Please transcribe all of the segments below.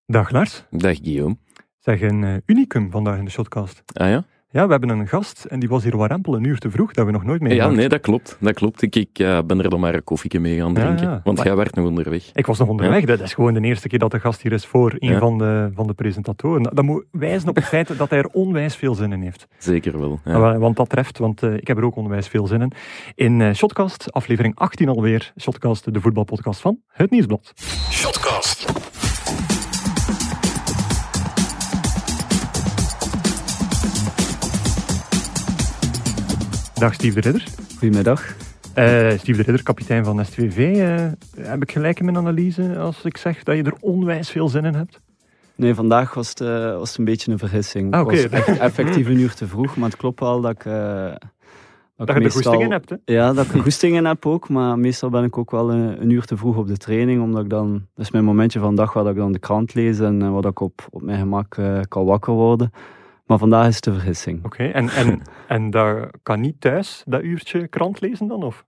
Dag Lars. Dag Guillaume. Zeg, een unicum vandaag in de Shotcast. Ah ja? Ja, we hebben een gast en die was hier warempel een uur te vroeg, dat hebben we nog nooit meegemaakt. Ja, nee, dat klopt. Ik ben er dan maar een koffieke mee gaan drinken, want maar jij werd nog onderweg. Ik was nog onderweg, Ja. dat is gewoon de eerste keer dat de gast hier is voor een van de presentatoren. Dat moet wijzen op het feit dat hij er onwijs veel zin in heeft. Zeker wel. Ja. Want dat treft, want ik heb er ook onwijs veel zin in. In Shotcast, aflevering 18 alweer, Shotcast, de voetbalpodcast van Het Nieuwsblad. Shotcast. Dag Steve de Ridder. Goedemiddag. Steve de Ridder, kapitein van STVV. Heb ik gelijk in mijn analyse als ik zeg dat je er onwijs veel zin in hebt? Nee, vandaag was het een beetje een vergissing. Oké. Ik was effectief een uur te vroeg, maar het klopt wel dat ik... Dat je er goesting in hebt, hè? Ja, dat ik er goesting in heb ook, maar meestal ben ik ook wel een uur te vroeg op de training, omdat ik dan... Dat is mijn momentje van de dag waar ik dan de krant lees en waar ik op mijn gemak kan wakker worden. Maar vandaag is het een vergissing. Oké, en dat kan niet thuis, dat uurtje krant lezen dan? Of?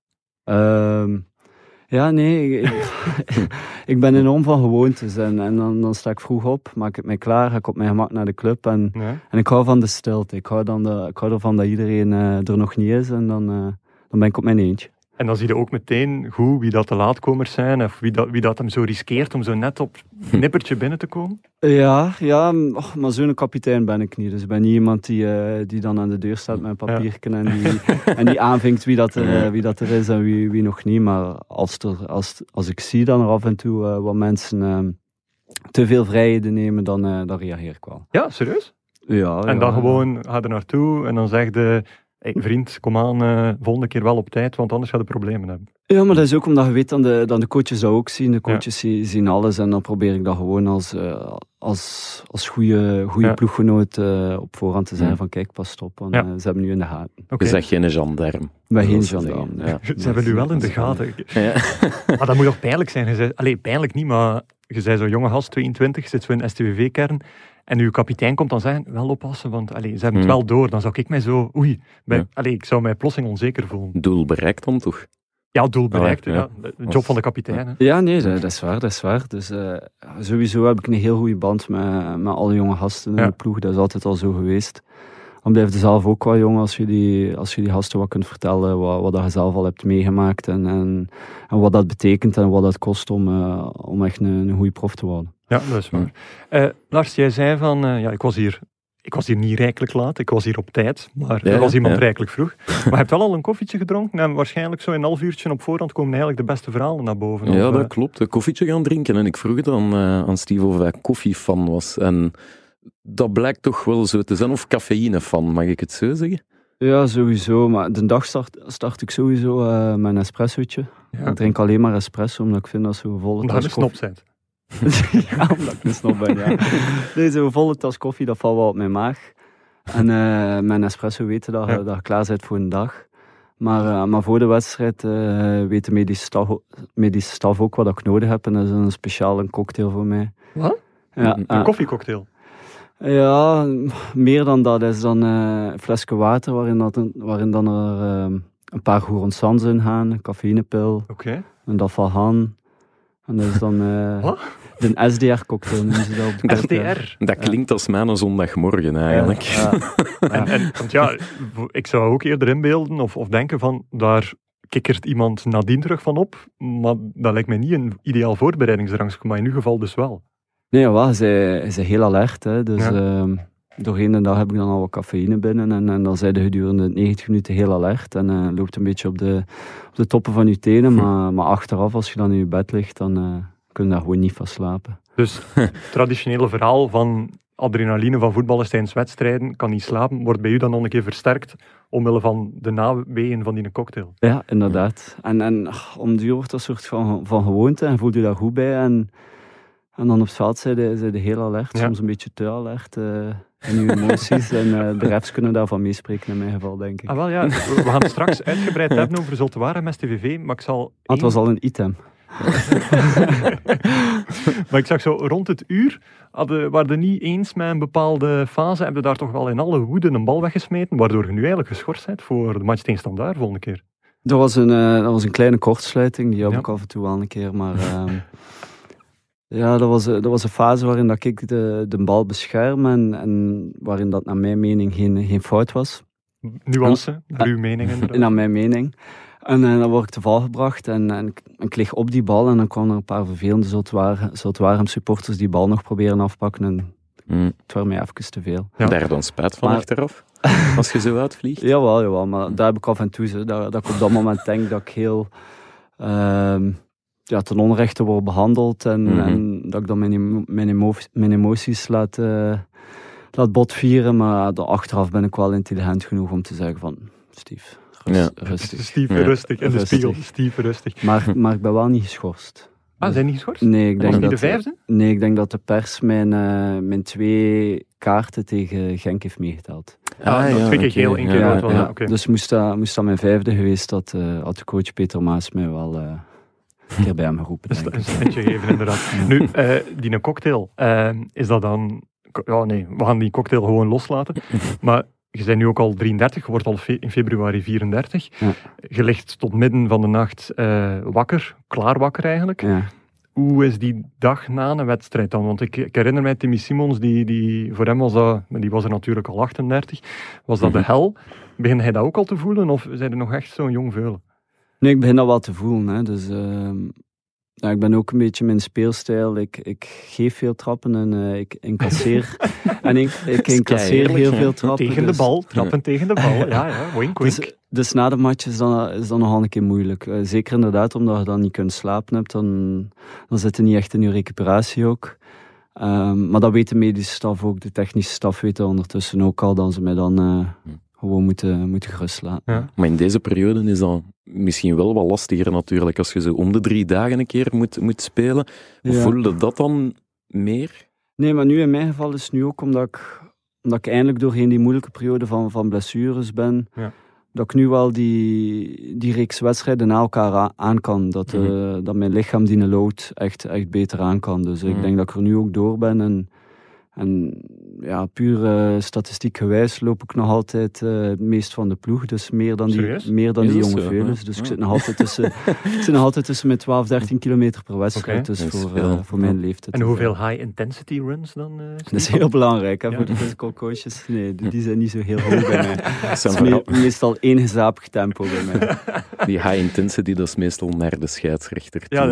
Ja, nee. Ik ben enorm van gewoontes. En dan sta ik vroeg op, maak ik mij klaar, ga ik op mijn gemak naar de club. En ik hou van de stilte. Ik hou ervan dat iedereen er nog niet is. En dan ben ik op mijn eentje. En dan zie je ook meteen goed wie dat de laatkomers zijn, of wie dat hem zo riskeert om zo net op het nippertje binnen te komen? Ja, maar zo'n kapitein ben ik niet. Dus ik ben niet iemand die dan aan de deur staat met een papiertje en die aanvinkt wie dat er is en wie nog niet. Maar als ik zie dan er af en toe wat mensen te veel vrijheden nemen, dan reageer ik wel. Ja, serieus? Ja. En dan gewoon ga er naartoe en dan zeg je... Hey, vriend, kom aan, volgende keer wel op tijd, want anders ga je problemen hebben. Ja, maar dat is ook omdat je weet dat de coaches dat ook zien. De coaches zien alles en dan probeer ik dat gewoon als goede ploeggenoot op voorhand te zeggen van kijk, pas op, want ze hebben nu in de gaten. Okay. Je zegt geen gendarme. Ik ben geen gendarme. Ja. Ze hebben nu wel in de gaten. Ja. Maar dat moet toch pijnlijk zijn? Pijnlijk niet, maar je zei zo'n jonge gast, 22, zit zo in STVV-kern. En uw kapitein komt dan zeggen, wel oppassen, want ze hebben het wel door. Dan zou ik mij zo, ik zou mij plotseling onzeker voelen. Doel bereikt dan toch? Ja, doel bereikt, de job van de kapitein. Hè. Ja, nee, dat is waar. Dus sowieso heb ik een heel goede band met alle jonge gasten in de ploeg. Dat is altijd al zo geweest. Dan blijf je zelf ook wel jong als je die gasten wat kunt vertellen, wat je zelf al hebt meegemaakt en wat dat betekent en wat dat kost om echt een goede prof te worden. Ja, dat is waar. Lars, jij zei van, ik was hier niet rijkelijk laat, ik was hier op tijd, maar er was iemand rijkelijk vroeg. Maar je hebt wel al een koffietje gedronken en waarschijnlijk zo in een half uurtje op voorhand komen eigenlijk de beste verhalen naar boven. Ja, dat klopt. Een koffietje gaan drinken en ik vroeg het aan Steve of hij koffiefan was. En dat blijkt toch wel zo te zijn, of cafeïnefan, mag ik het zo zeggen? Ja, sowieso. Maar de dag start ik sowieso met een espressootje. Ja. Ik drink alleen maar espresso, omdat ik vind dat zo'n volle tas koffie... Omdat je een snop bent. Ja, omdat ik een snop ben, ja. Nee, zo'n volle tas koffie, dat valt wel op mijn maag. En mijn espresso weten dat je klaar bent voor een dag. Maar voor de wedstrijd weet de medische staf ook wat ik nodig heb. En dat is een speciale cocktail voor mij. Wat? Ja, een koffiecocktail? Ja, meer dan dat. Dat is dan een flesje water waarin dan er een paar Goeronsans in gaan, een cafeïnepil, een Dafalhan. En dat is dan de SDR-cocktail, noemen ze dat op de SDR? Dat klinkt als mijn zondagmorgen eigenlijk. Want ik zou ook eerder inbeelden of denken van, daar kikkert iemand nadien terug van op, maar dat lijkt mij niet een ideaal voorbereidingsdrankje, maar in uw geval dus wel. Nee, jawel, hij is heel alert. Hè. Dus doorheen de dag heb ik dan al wat cafeïne binnen. En dan zijn je gedurende 90 minuten heel alert. En loopt een beetje op de toppen van je tenen. Maar achteraf, als je dan in je bed ligt, dan kun je daar gewoon niet van slapen. Dus het traditionele verhaal van adrenaline van voetballers tijdens wedstrijden, kan niet slapen, wordt bij u dan nog een keer versterkt omwille van de naweeën van die cocktail. Ja, inderdaad. En om die wordt dat een soort van gewoonte en voelt je daar goed bij. En dan op het veld zijn de heel alert, soms een beetje te alert in je emoties. En de refs kunnen daarvan meespreken in mijn geval, denk ik. Ah, wel, ja. We gaan het straks uitgebreid hebben over Zulte Waregem met STVV, maar ik zal... Het was al een item. Maar ik zag zo rond het uur, waren er niet eens met een bepaalde fase, hebben daar toch wel in alle woede een bal weggesmeten, waardoor je nu eigenlijk geschorst bent voor de match tegen Standaard volgende keer. Dat was een kleine kortsluiting, die heb ik af en toe wel een keer, maar... Ja, dat was een fase waarin dat ik de bal bescherm en waarin dat naar mijn mening geen fout was. Nuance, naar uw mening inderdaad. Naar mijn mening. En dan word ik te val gebracht en ik lig op die bal en dan kwamen er een paar vervelende Zulte-Waregem supporters die bal nog proberen afpakken en het was mij even te veel. Ja. Daar dan spijt van achteraf, als je zo uitvliegt? Jawel, maar daar heb ik af en toe, dat ik op dat moment denk dat ik heel ten onrechte word behandeld en dat ik dan mijn emoties laat botvieren, maar achteraf ben ik wel intelligent genoeg om te zeggen van, Steve, rustig. Steve, rustig. In de spiegel, Steve, rustig. Maar ik ben wel niet geschorst. Zijn niet geschorst? Nee, ik denk was niet de 5e? Nee, ik denk dat de pers mijn 2 kaarten tegen Genk heeft meegeteld. 2 keer geel, 1 keer rood. Ja. Okay. Dus moest dat mijn 5e geweest, had de coach Peter Maas mij wel een keer bij hem geroepen. Een standje geven, inderdaad. Nu, die cocktail, is dat dan... Ja, nee, we gaan die cocktail gewoon loslaten. Maar je bent nu ook al 33, je wordt al in februari 34. Ja. Je ligt tot midden van de nacht wakker, klaar wakker eigenlijk. Ja. Hoe is die dag na een wedstrijd dan? Want ik herinner mij Timmy Simons, die voor hem was dat, die was er natuurlijk al 38, was dat de hel? Begin hij dat ook al te voelen of zijn er nog echt zo'n jong veulen? Nee, ik begin dat wel te voelen. Hè. Dus, ik ben ook een beetje mijn speelstijl. Ik geef veel trappen en ik incasseer. en ik incasseer heel veel trappen. Tegen de bal, trappen tegen de bal. Ja, wink, wink. Dus na de match is dat nogal een keer moeilijk. Zeker inderdaad, omdat je dan niet kunt slapen hebt, dan zit je niet echt in je recuperatie ook. Maar dat weet de medische staf ook, de technische staf weet dat ondertussen ook al, dat ze mij dan gewoon moeten gerust laten. Ja. Maar in deze periode is dat misschien wel wat lastiger natuurlijk, als je zo om de 3 dagen een keer moet spelen. Ja. Voelde dat dan meer? Nee, maar nu in mijn geval is het nu ook omdat ik eindelijk doorheen die moeilijke periode van blessures ben, dat ik nu wel die reeks wedstrijden na elkaar aan kan. Dat mijn lichaam die load echt beter aan kan. Dus ik denk dat ik er nu ook door ben en ja, puur statistiek gewijs loop ik nog altijd het meest van de ploeg. Dus meer dan die jonge veulens. Dus ik zit nog altijd tussen mijn 12, 13 kilometer per wedstrijd. Dus voor mijn leeftijd. En hoeveel high intensity runs dan? Dat is heel belangrijk hè, voor de physical coaches. Nee, die zijn niet zo heel hoog bij mij. Het is meestal één gezapig tempo bij mij. Die high intensity, dat is meestal naar de scheidsrechter toe.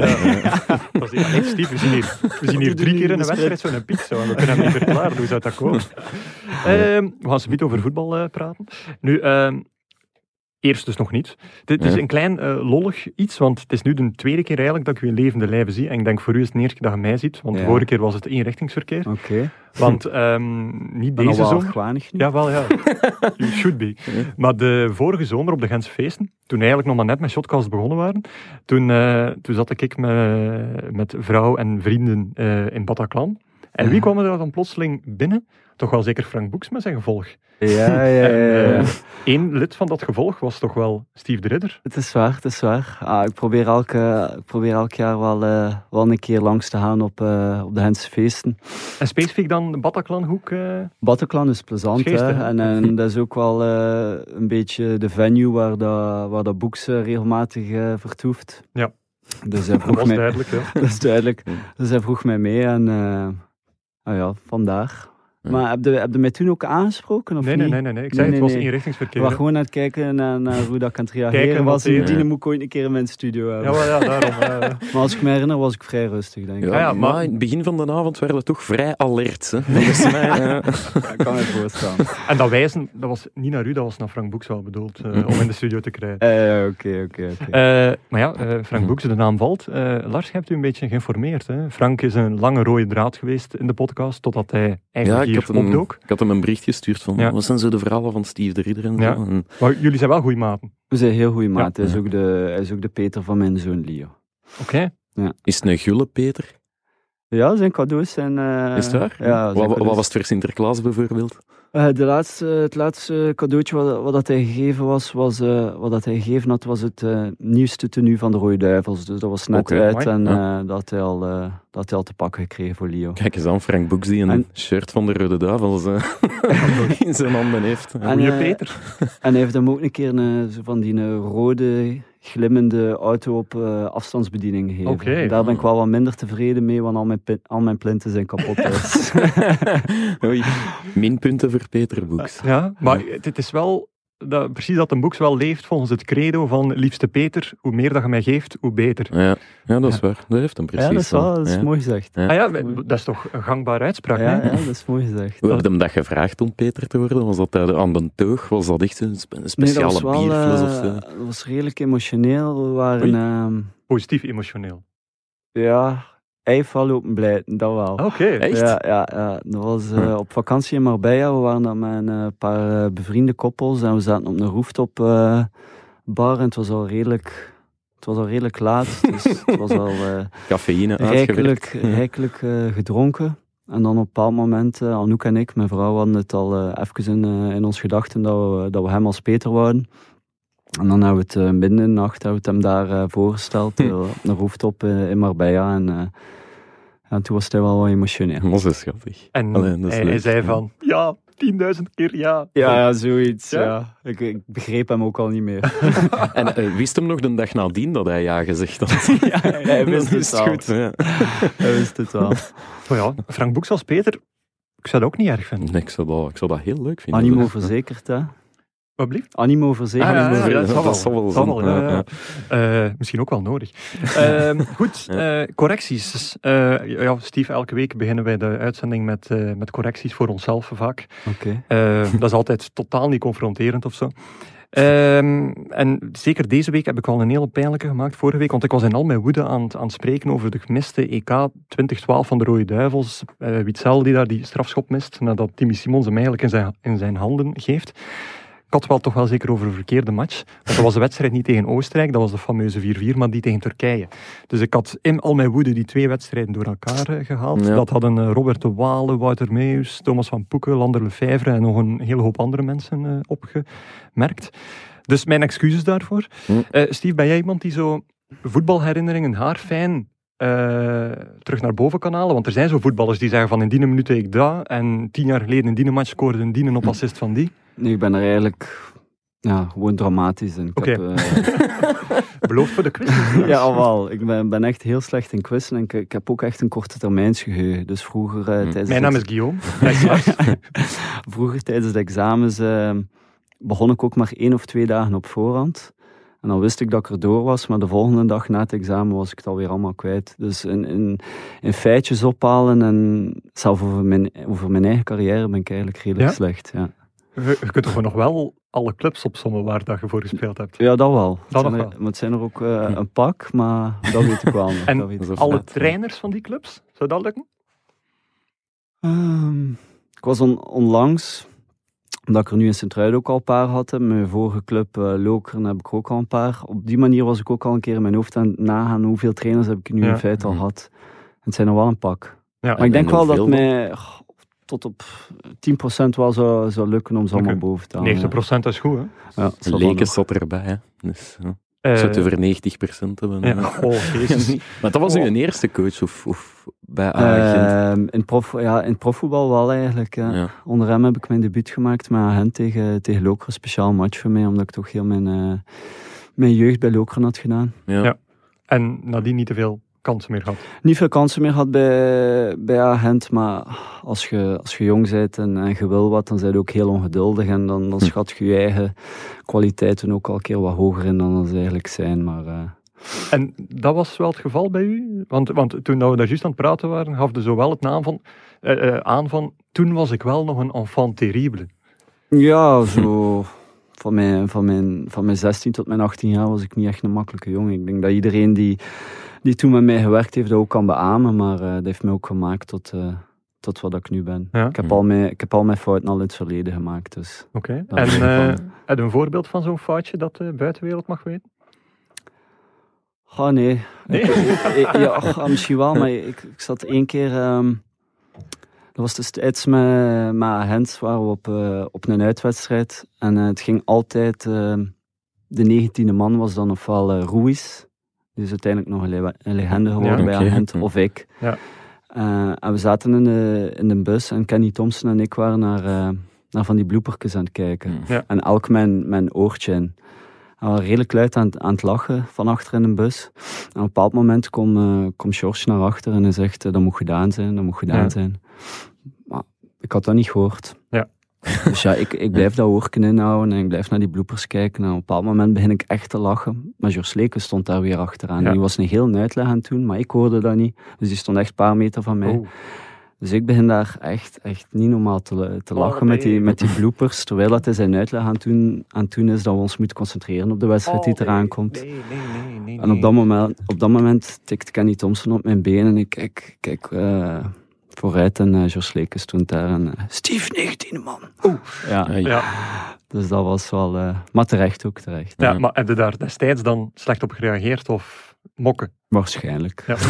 Steve, we zien hier 3 keer in de wedstrijd zo'n piek. Zo, en we kunnen hem niet verklaren. Hoe zou dat komen? We gaan zo beetje over voetbal praten. Nu, eerst dus nog niet. Dit is een klein lollig iets, want het is nu de 2e keer eigenlijk dat ik u in levende lijve zie. En ik denk voor u is het de eerste keer dat je mij ziet, want de vorige keer was het eenrichtingsverkeer. Oké. Want niet deze zomer. Jawel, ja. You should be. Maar de vorige zomer op de Gentse feesten, toen eigenlijk nog maar net met Shotcast begonnen waren, toen zat ik met vrouw en vrienden in Bataclan. En wie kwam er dan plotseling binnen? Toch wel zeker Frank Boeks met zijn gevolg. Ja. Eén lid van dat gevolg was toch wel Steve de Ridder? Het is waar. Ik probeer elk jaar wel een keer langs te gaan op de Gentse feesten. En specifiek dan de Bataclanhoek? Bataclan is plezant. En dat is ook wel een beetje de venue waar dat Boeks regelmatig vertoeft. Ja. Dus dat was duidelijk. Ja. Dat is duidelijk. Dus hij vroeg mij mee en vandaar. Maar heb je mij toen ook aangesproken? Of nee. Ik zei het was eenrichtingsverkeer. Ik was gewoon aan het kijken naar hoe dat ik aan het reageren was. En die moet ik ooit een keer in mijn studio hebben. Ja, daarom. Maar als ik me herinner, was ik vrij rustig, denk ik. Ja, maar in het begin van de avond werden we toch vrij alert. Hè? Volgens mij. Ik kan me voorstellen. En dat wijzen, dat was niet naar u, dat was naar Frank Boeks wel bedoeld, om in de studio te krijgen. Oké. Maar ja, Frank Boeks, de naam valt. Lars, je hebt u een beetje geïnformeerd. Hè? Frank is een lange rode draad geweest in de podcast, totdat hij eigenlijk opdook. Ik had hem een bericht gestuurd van, wat zijn zo de verhalen van Steve de Ridder en zo. En... Maar jullie zijn wel goede maten. We zijn heel goede maten. Hij is ook de Peter van mijn zoon Leo. Oké. Ja. Is het een gulle Peter? Ja, zijn cadeaus zijn... Is het waar? Ja, wat was het voor Sinterklaas bijvoorbeeld? Het laatste cadeautje wat dat hij gegeven was het nieuwste tenue van de Rode Duivels. Dus dat was net uit en dat hij al te pakken gekregen voor Leo. Kijk eens aan, Frank Boeks die een shirt van de Rode Duivels in zijn handen heeft. Goeie Peter. En hij heeft hem ook een keer van die rode glimmende auto op afstandsbediening gegeven. Okay. Daar ben ik wel wat minder tevreden mee, want al mijn plinten zijn kapot. Dus. Oei. Minpunten voor Peter Boeks. Ja, maar het is wel... precies dat een boek wel leeft volgens het credo van liefste Peter, hoe meer dat je mij geeft, hoe beter. Ja, dat is waar. Dat heeft hem precies. Dat is mooi gezegd. Ja. Dat is toch een gangbare uitspraak? Ja, dat is mooi gezegd. Hoe heb je hem dat gevraagd om Peter te worden? Was dat aan de teug? Was dat echt een speciale bierfles of zo? Dat was redelijk emotioneel. We waren... Positief emotioneel? Ja... Even lopen blijten, dat wel. Oké, echt? Ja. Dat was op vakantie in Marbella. We waren dan met een paar bevriende koppels en we zaten op een rooftop bar en het was al redelijk laat. Dus het was al cafeïne rijkelijk gedronken. En dan op een bepaald moment, Anouk en ik, mijn vrouw, hadden het al even in ons gedachten dat we hem als Peter wouden. En dan hebben we het midden in de nacht hem daar voorgesteld, op een rooftop in Marbella. En toen was hij wel wat emotioneel. Dat is schattig. En hij zei van, ja, 10.000 keer ja. Ja, zoiets. Ja. Ik begreep hem ook al niet meer. En wist hem nog de dag nadien dat hij ja gezegd had? Ja, hij wist het al. Goed, ja. Hij wist het al. Oh ja, Frank Boeks als Peter, ik zou dat ook niet erg vinden. Nee, ik zou dat heel leuk vinden. Animo verzekerd, hè. Wat blieft? Animo verzekerd. Dat zal wel. Misschien ook wel nodig. Goed, correcties. Steve, elke week beginnen wij de uitzending met correcties voor onszelf vaak. Okay. Dat is altijd totaal niet confronterend of zo. En zeker deze week heb ik wel een hele pijnlijke gemaakt, vorige week, want ik was in al mijn woede aan het spreken over de gemiste EK 2012 van de Rode Duivels. Witzel die daar die strafschop mist, nadat Timmy Simons hem eigenlijk in zijn handen geeft. Ik had wel toch wel zeker over een verkeerde match. Want dat was de wedstrijd niet tegen Oostenrijk, dat was de fameuze 4-4, maar die tegen Turkije. Dus ik had in al mijn woede die 2 wedstrijden door elkaar gehaald. Ja. Dat hadden Robert de Waele, Wouter Meus, Thomas van Poeken, Lander Lefevre en nog een hele hoop andere mensen opgemerkt. Dus mijn excuses daarvoor. Steve, ben jij iemand die zo voetbalherinneringen haarfijn terug naar boven kan halen? Want er zijn zo voetballers die zeggen van in die minuut ik dat en 10 jaar geleden in die match scoorde een die op assist van die. Nee, ik ben er eigenlijk gewoon dramatisch in. Ik heb beloofd voor de quiz. Ja, wel. Ik ben echt heel slecht in quizzen en ik heb ook echt een korte termijnsgeheugen. Dus vroeger tijdens... Mijn naam is Guillaume. Vroeger tijdens de examens begon ik ook maar 1 of 2 dagen op voorhand. En dan wist ik dat ik er door was, maar de volgende dag na het examen was ik het alweer allemaal kwijt. Dus in feitjes ophalen en zelf over mijn eigen carrière ben ik eigenlijk redelijk slecht. Ja. Je kunt toch nog wel alle clubs opsommen waar dat je voor gespeeld hebt? Ja, dat wel. Maar het zijn er ook een pak, maar dat weet ik wel nog. En alle trainers van die clubs? Zou dat lukken? Ik was onlangs, omdat ik er nu in Sint-Truiden ook al een paar had. Mijn vorige club Lokeren heb ik ook al een paar. Op die manier was ik ook al een keer in mijn hoofd aan het nagaan hoeveel trainers heb ik nu in feite al gehad. Het zijn er wel een pak. Ja. Maar ik denk wel dat mij tot op 10% wel zou lukken om ze allemaal boven te halen. 90% is goed, hè? Ja, Lekes zat erbij, hè. Dus, ik zou het over 90% hebben. Ja. Jezus. Maar dat was uw eerste coach of bij Agent? In profvoetbal wel eigenlijk. Ja. Onder hem heb ik mijn debuut gemaakt met Agent tegen Lokeren. Een speciaal match voor mij, omdat ik toch heel mijn jeugd bij Lokeren had gedaan. Ja. En nadien niet te veel kansen meer had? Niet veel kansen meer had bij Agent, maar als je jong bent en je wil wat, dan ben je ook heel ongeduldig en dan schat je je eigen kwaliteiten ook al een keer wat hoger in dan ze eigenlijk zijn. Maar, En dat was wel het geval bij u? Want toen we daar juist aan het praten waren, gaf je zo wel het naam aan van toen was ik wel nog een enfant terrible. Ja, zo... Van mijn 16 tot mijn 18 jaar was ik niet echt een makkelijke jongen. Ik denk dat iedereen die toen met mij gewerkt heeft, dat ook kan beamen, maar dat heeft mij ook gemaakt tot wat ik nu ben. Ja. Ik heb al mijn fouten al in het verleden gemaakt. Dus Oké. En heb je een voorbeeld van zo'n foutje dat de buitenwereld mag weten? Nee. Misschien wel, maar ik zat 1 keer... dat was destijds met Agent, waren we op een uitwedstrijd. En het ging altijd... de 19e man was dan ofwel Ruiz, die is uiteindelijk nog een legende geworden bij Agent, of ik. Ja. En we zaten in de bus en Kenny Thompson en ik waren naar van die bloopertjes aan het kijken. Ja. En elk mijn oortje in. redelijk luid aan het lachen van achter in de bus. En op een bepaald moment komt George naar achter en hij zegt, dat moet gedaan zijn. Maar ik had dat niet gehoord. Ja. Dus ja, ik blijf dat oorken inhouden en ik blijf naar die bloopers kijken. En op een bepaald moment begin ik echt te lachen. Maar George Leken stond daar weer achteraan. Ja. Die was een heel uitleg aan het doen, maar ik hoorde dat niet. Dus die stond echt een paar meter van mij. Oh. Dus ik begin daar echt niet normaal te lachen met die bloopers. Terwijl dat hij zijn uitleg aan het doen is dat we ons moeten concentreren op de wedstrijd die eraan komt. Nee. En op dat moment tikt Kenny Thompson op mijn been en ik kijk vooruit en George Leken stond daar en Steve 19 man. Ja. Dus dat was wel, maar terecht. Ja, maar heb je daar destijds dan slecht op gereageerd of mokken? Waarschijnlijk. Ja.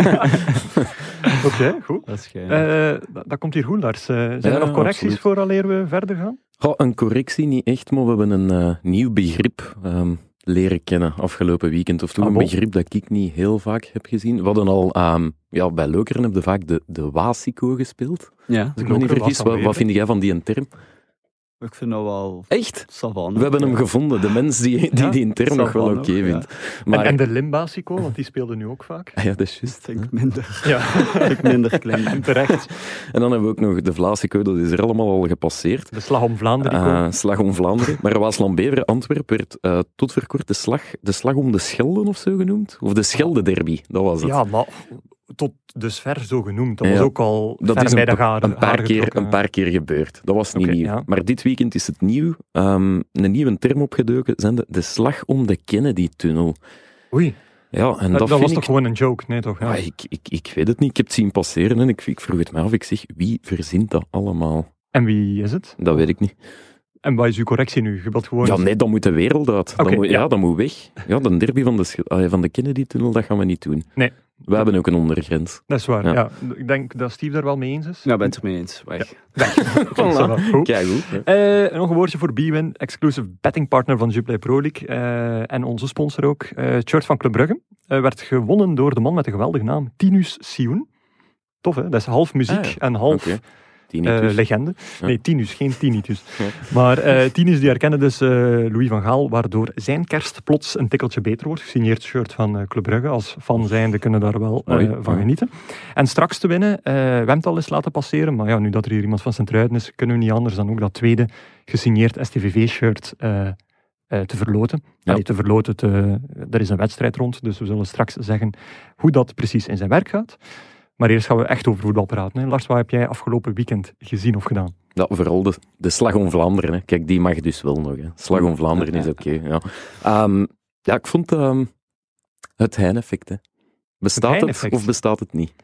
Oké, goed. Waarschijnlijk. Dat komt hier goed, Lars. Zijn er nog correcties vooraleer we verder gaan? Een correctie niet echt, maar we hebben een nieuw begrip leren kennen afgelopen weekend. Of toch een begrip dat ik niet heel vaak heb gezien. We hadden al, bij Lokeren heb je vaak de Wasico gespeeld. Ja. Als ik me niet vergis, wat vind jij van die term? Ik vind dat wel... Echt? Savannah. We hebben hem gevonden, de mens die term nog wel oké vindt. Maar... En de Limbasico, want die speelde nu ook vaak. Ja, dat is juist. Vind ik minder. Ja. Vind ik minder klein. Terecht. En dan hebben we ook nog de Vlaasico, dat is er allemaal al gepasseerd. De Slag om Vlaanderen. Slag om Vlaanderen. Maar Waasland-Beveren, Antwerpen werd tot voor kort de slag om de Schelden of zo genoemd. Of de Schelde-derby, dat was het. Ja, maar tot dusver zo genoemd. Dat was ook al dat ver is bij de garen. een paar keer gebeurd. Dat was niet nieuw. Ja. Maar dit weekend is het nieuw. Een nieuwe term opgedoken, zijn de slag om de Kennedy-tunnel. Oei. Ja, en dat was toch gewoon een joke? Nee, toch? Ja. Ik weet het niet. Ik heb het zien passeren en ik vroeg het me af. Ik zeg, wie verzint dat allemaal? En wie is het? Dat weet ik niet. En wat is uw correctie nu? Je wilt gewoon... Ja, nee, dan moet de wereld uit. Dat moet weg. Ja, de derby van de Kennedy-tunnel, dat gaan we niet doen. Nee. We hebben ook een ondergrens. Dat is waar, ja. Ik denk dat Steve daar wel mee eens is. Ja, ben het er mee eens. Weg. Kijk goed. Nog een woordje voor Bwin, exclusive betting partner van Jupiler Pro League. En onze sponsor ook. Het shirt van Club Brugge werd gewonnen door de man met de geweldige naam Tinus Sioen. Tof, hè? Dat is half muziek en half... legende. Nee, Tinus, geen tinnitus. Maar Tinus die herkende dus Louis van Gaal, waardoor zijn kerst plots een tikkeltje beter wordt. Gesigneerd shirt van Club Brugge. Als fan zijnde kunnen daar wel van genieten. En straks te winnen, we hebben het al eens laten passeren, maar ja, nu dat er hier iemand van Sint-Truiden is, kunnen we niet anders dan ook dat tweede gesigneerd STVV-shirt te verloten. Ja. Allee, te verloten, er is een wedstrijd rond, dus we zullen straks zeggen hoe dat precies in zijn werk gaat. Maar eerst gaan we echt over voetbal praten. Hè. Lars, wat heb jij afgelopen weekend gezien of gedaan? Ja, vooral de Slag om Vlaanderen. Hè. Kijk, die mag dus wel nog. Hè. Slag om Vlaanderen is oké. Ja. Ik vond het Hein-effect. Hè. Bestaat het of bestaat het niet?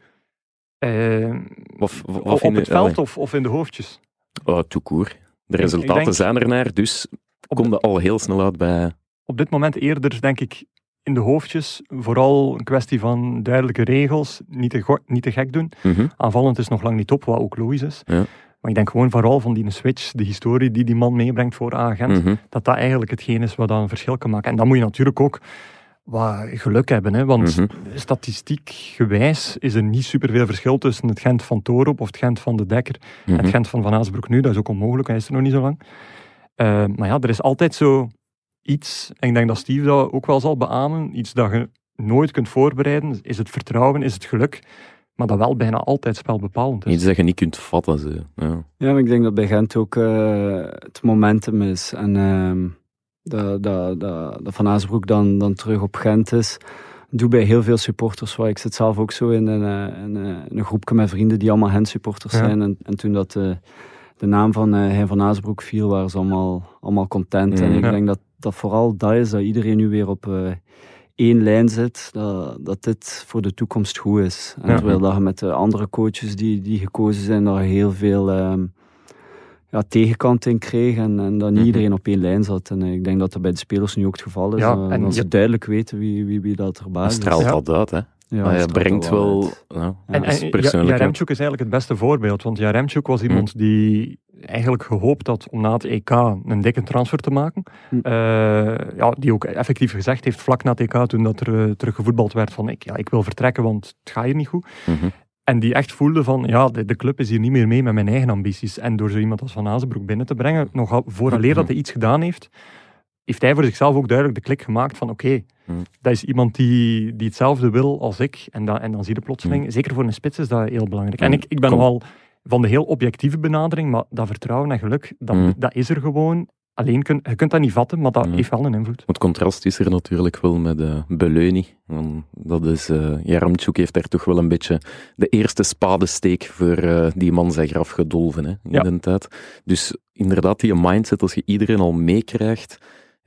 Op het veld of in de hoofdjes? Tout court. De resultaten zijn er naar, dus komt dat al heel snel uit bij... Op dit moment eerder, denk ik, in de hoofdjes. Vooral een kwestie van duidelijke regels. Niet te gek doen. Mm-hmm. Aanvallend is nog lang niet op, wat ook logisch is. Ja. Maar ik denk gewoon vooral van die switch, de historie die man meebrengt voor Agent, dat eigenlijk hetgeen is wat dan een verschil kan maken. En dan moet je natuurlijk ook wat geluk hebben. Hè? Want statistiek gewijs is er niet superveel verschil tussen het Gent van Toorop of het Gent van de Dekker en het Gent van Van Azenbroek nu. Dat is ook onmogelijk, hij is er nog niet zo lang. Maar ja, er is altijd zo iets, en ik denk dat Steve dat ook wel zal beamen, iets dat je nooit kunt voorbereiden. Is het vertrouwen, is het geluk, maar dat wel bijna altijd spelbepalend is. Iets dat je niet kunt vatten. Zo. Ja. Ja, maar ik denk dat bij Gent ook het momentum is. En dat Van Azenbroek dan terug op Gent is, doe bij heel veel supporters. Waar ik zit zelf ook zo in een groepje met vrienden die allemaal Gent-supporters zijn. En toen dat de naam van Hein van Azenbroek viel, waren ze allemaal content. En ik denk dat vooral dat is, dat iedereen nu weer op één lijn zit, dat dit voor de toekomst goed is. En terwijl dat je met de andere coaches die gekozen zijn, dat je heel veel tegenkant in kreeg en dat niet iedereen op één lijn zat. En ik denk dat dat bij de spelers nu ook het geval is. En dat ze duidelijk weten wie dat erbij is. Straalt dat uit, hè? Ja, je brengt wel... En Jaremchuk is eigenlijk het beste voorbeeld, want Jaremchuk was iemand die eigenlijk gehoopt had om na het EK een dikke transfer te maken. Die ook effectief gezegd heeft, vlak na het EK, toen dat er terug gevoetbald werd, van ik wil vertrekken, want het gaat hier niet goed. En die echt voelde van, de club is hier niet meer mee met mijn eigen ambities. En door zo iemand als Van Azenbroek binnen te brengen, nog vooraleer dat hij iets gedaan heeft, heeft hij voor zichzelf ook duidelijk de klik gemaakt van oké, dat is iemand die hetzelfde wil als ik. En dan zie je plotseling, zeker voor een spits is dat heel belangrijk. En ik ben nogal van de heel objectieve benadering, maar dat vertrouwen en geluk, dat is er gewoon. Alleen, je kunt dat niet vatten, maar dat heeft wel een invloed. Het contrast is er natuurlijk wel met Beleuni. Dat is, Jaremchuk heeft daar toch wel een beetje de eerste spadesteek voor die man zijn graf gedolven in de tijd. Dus inderdaad, die mindset, als je iedereen al meekrijgt,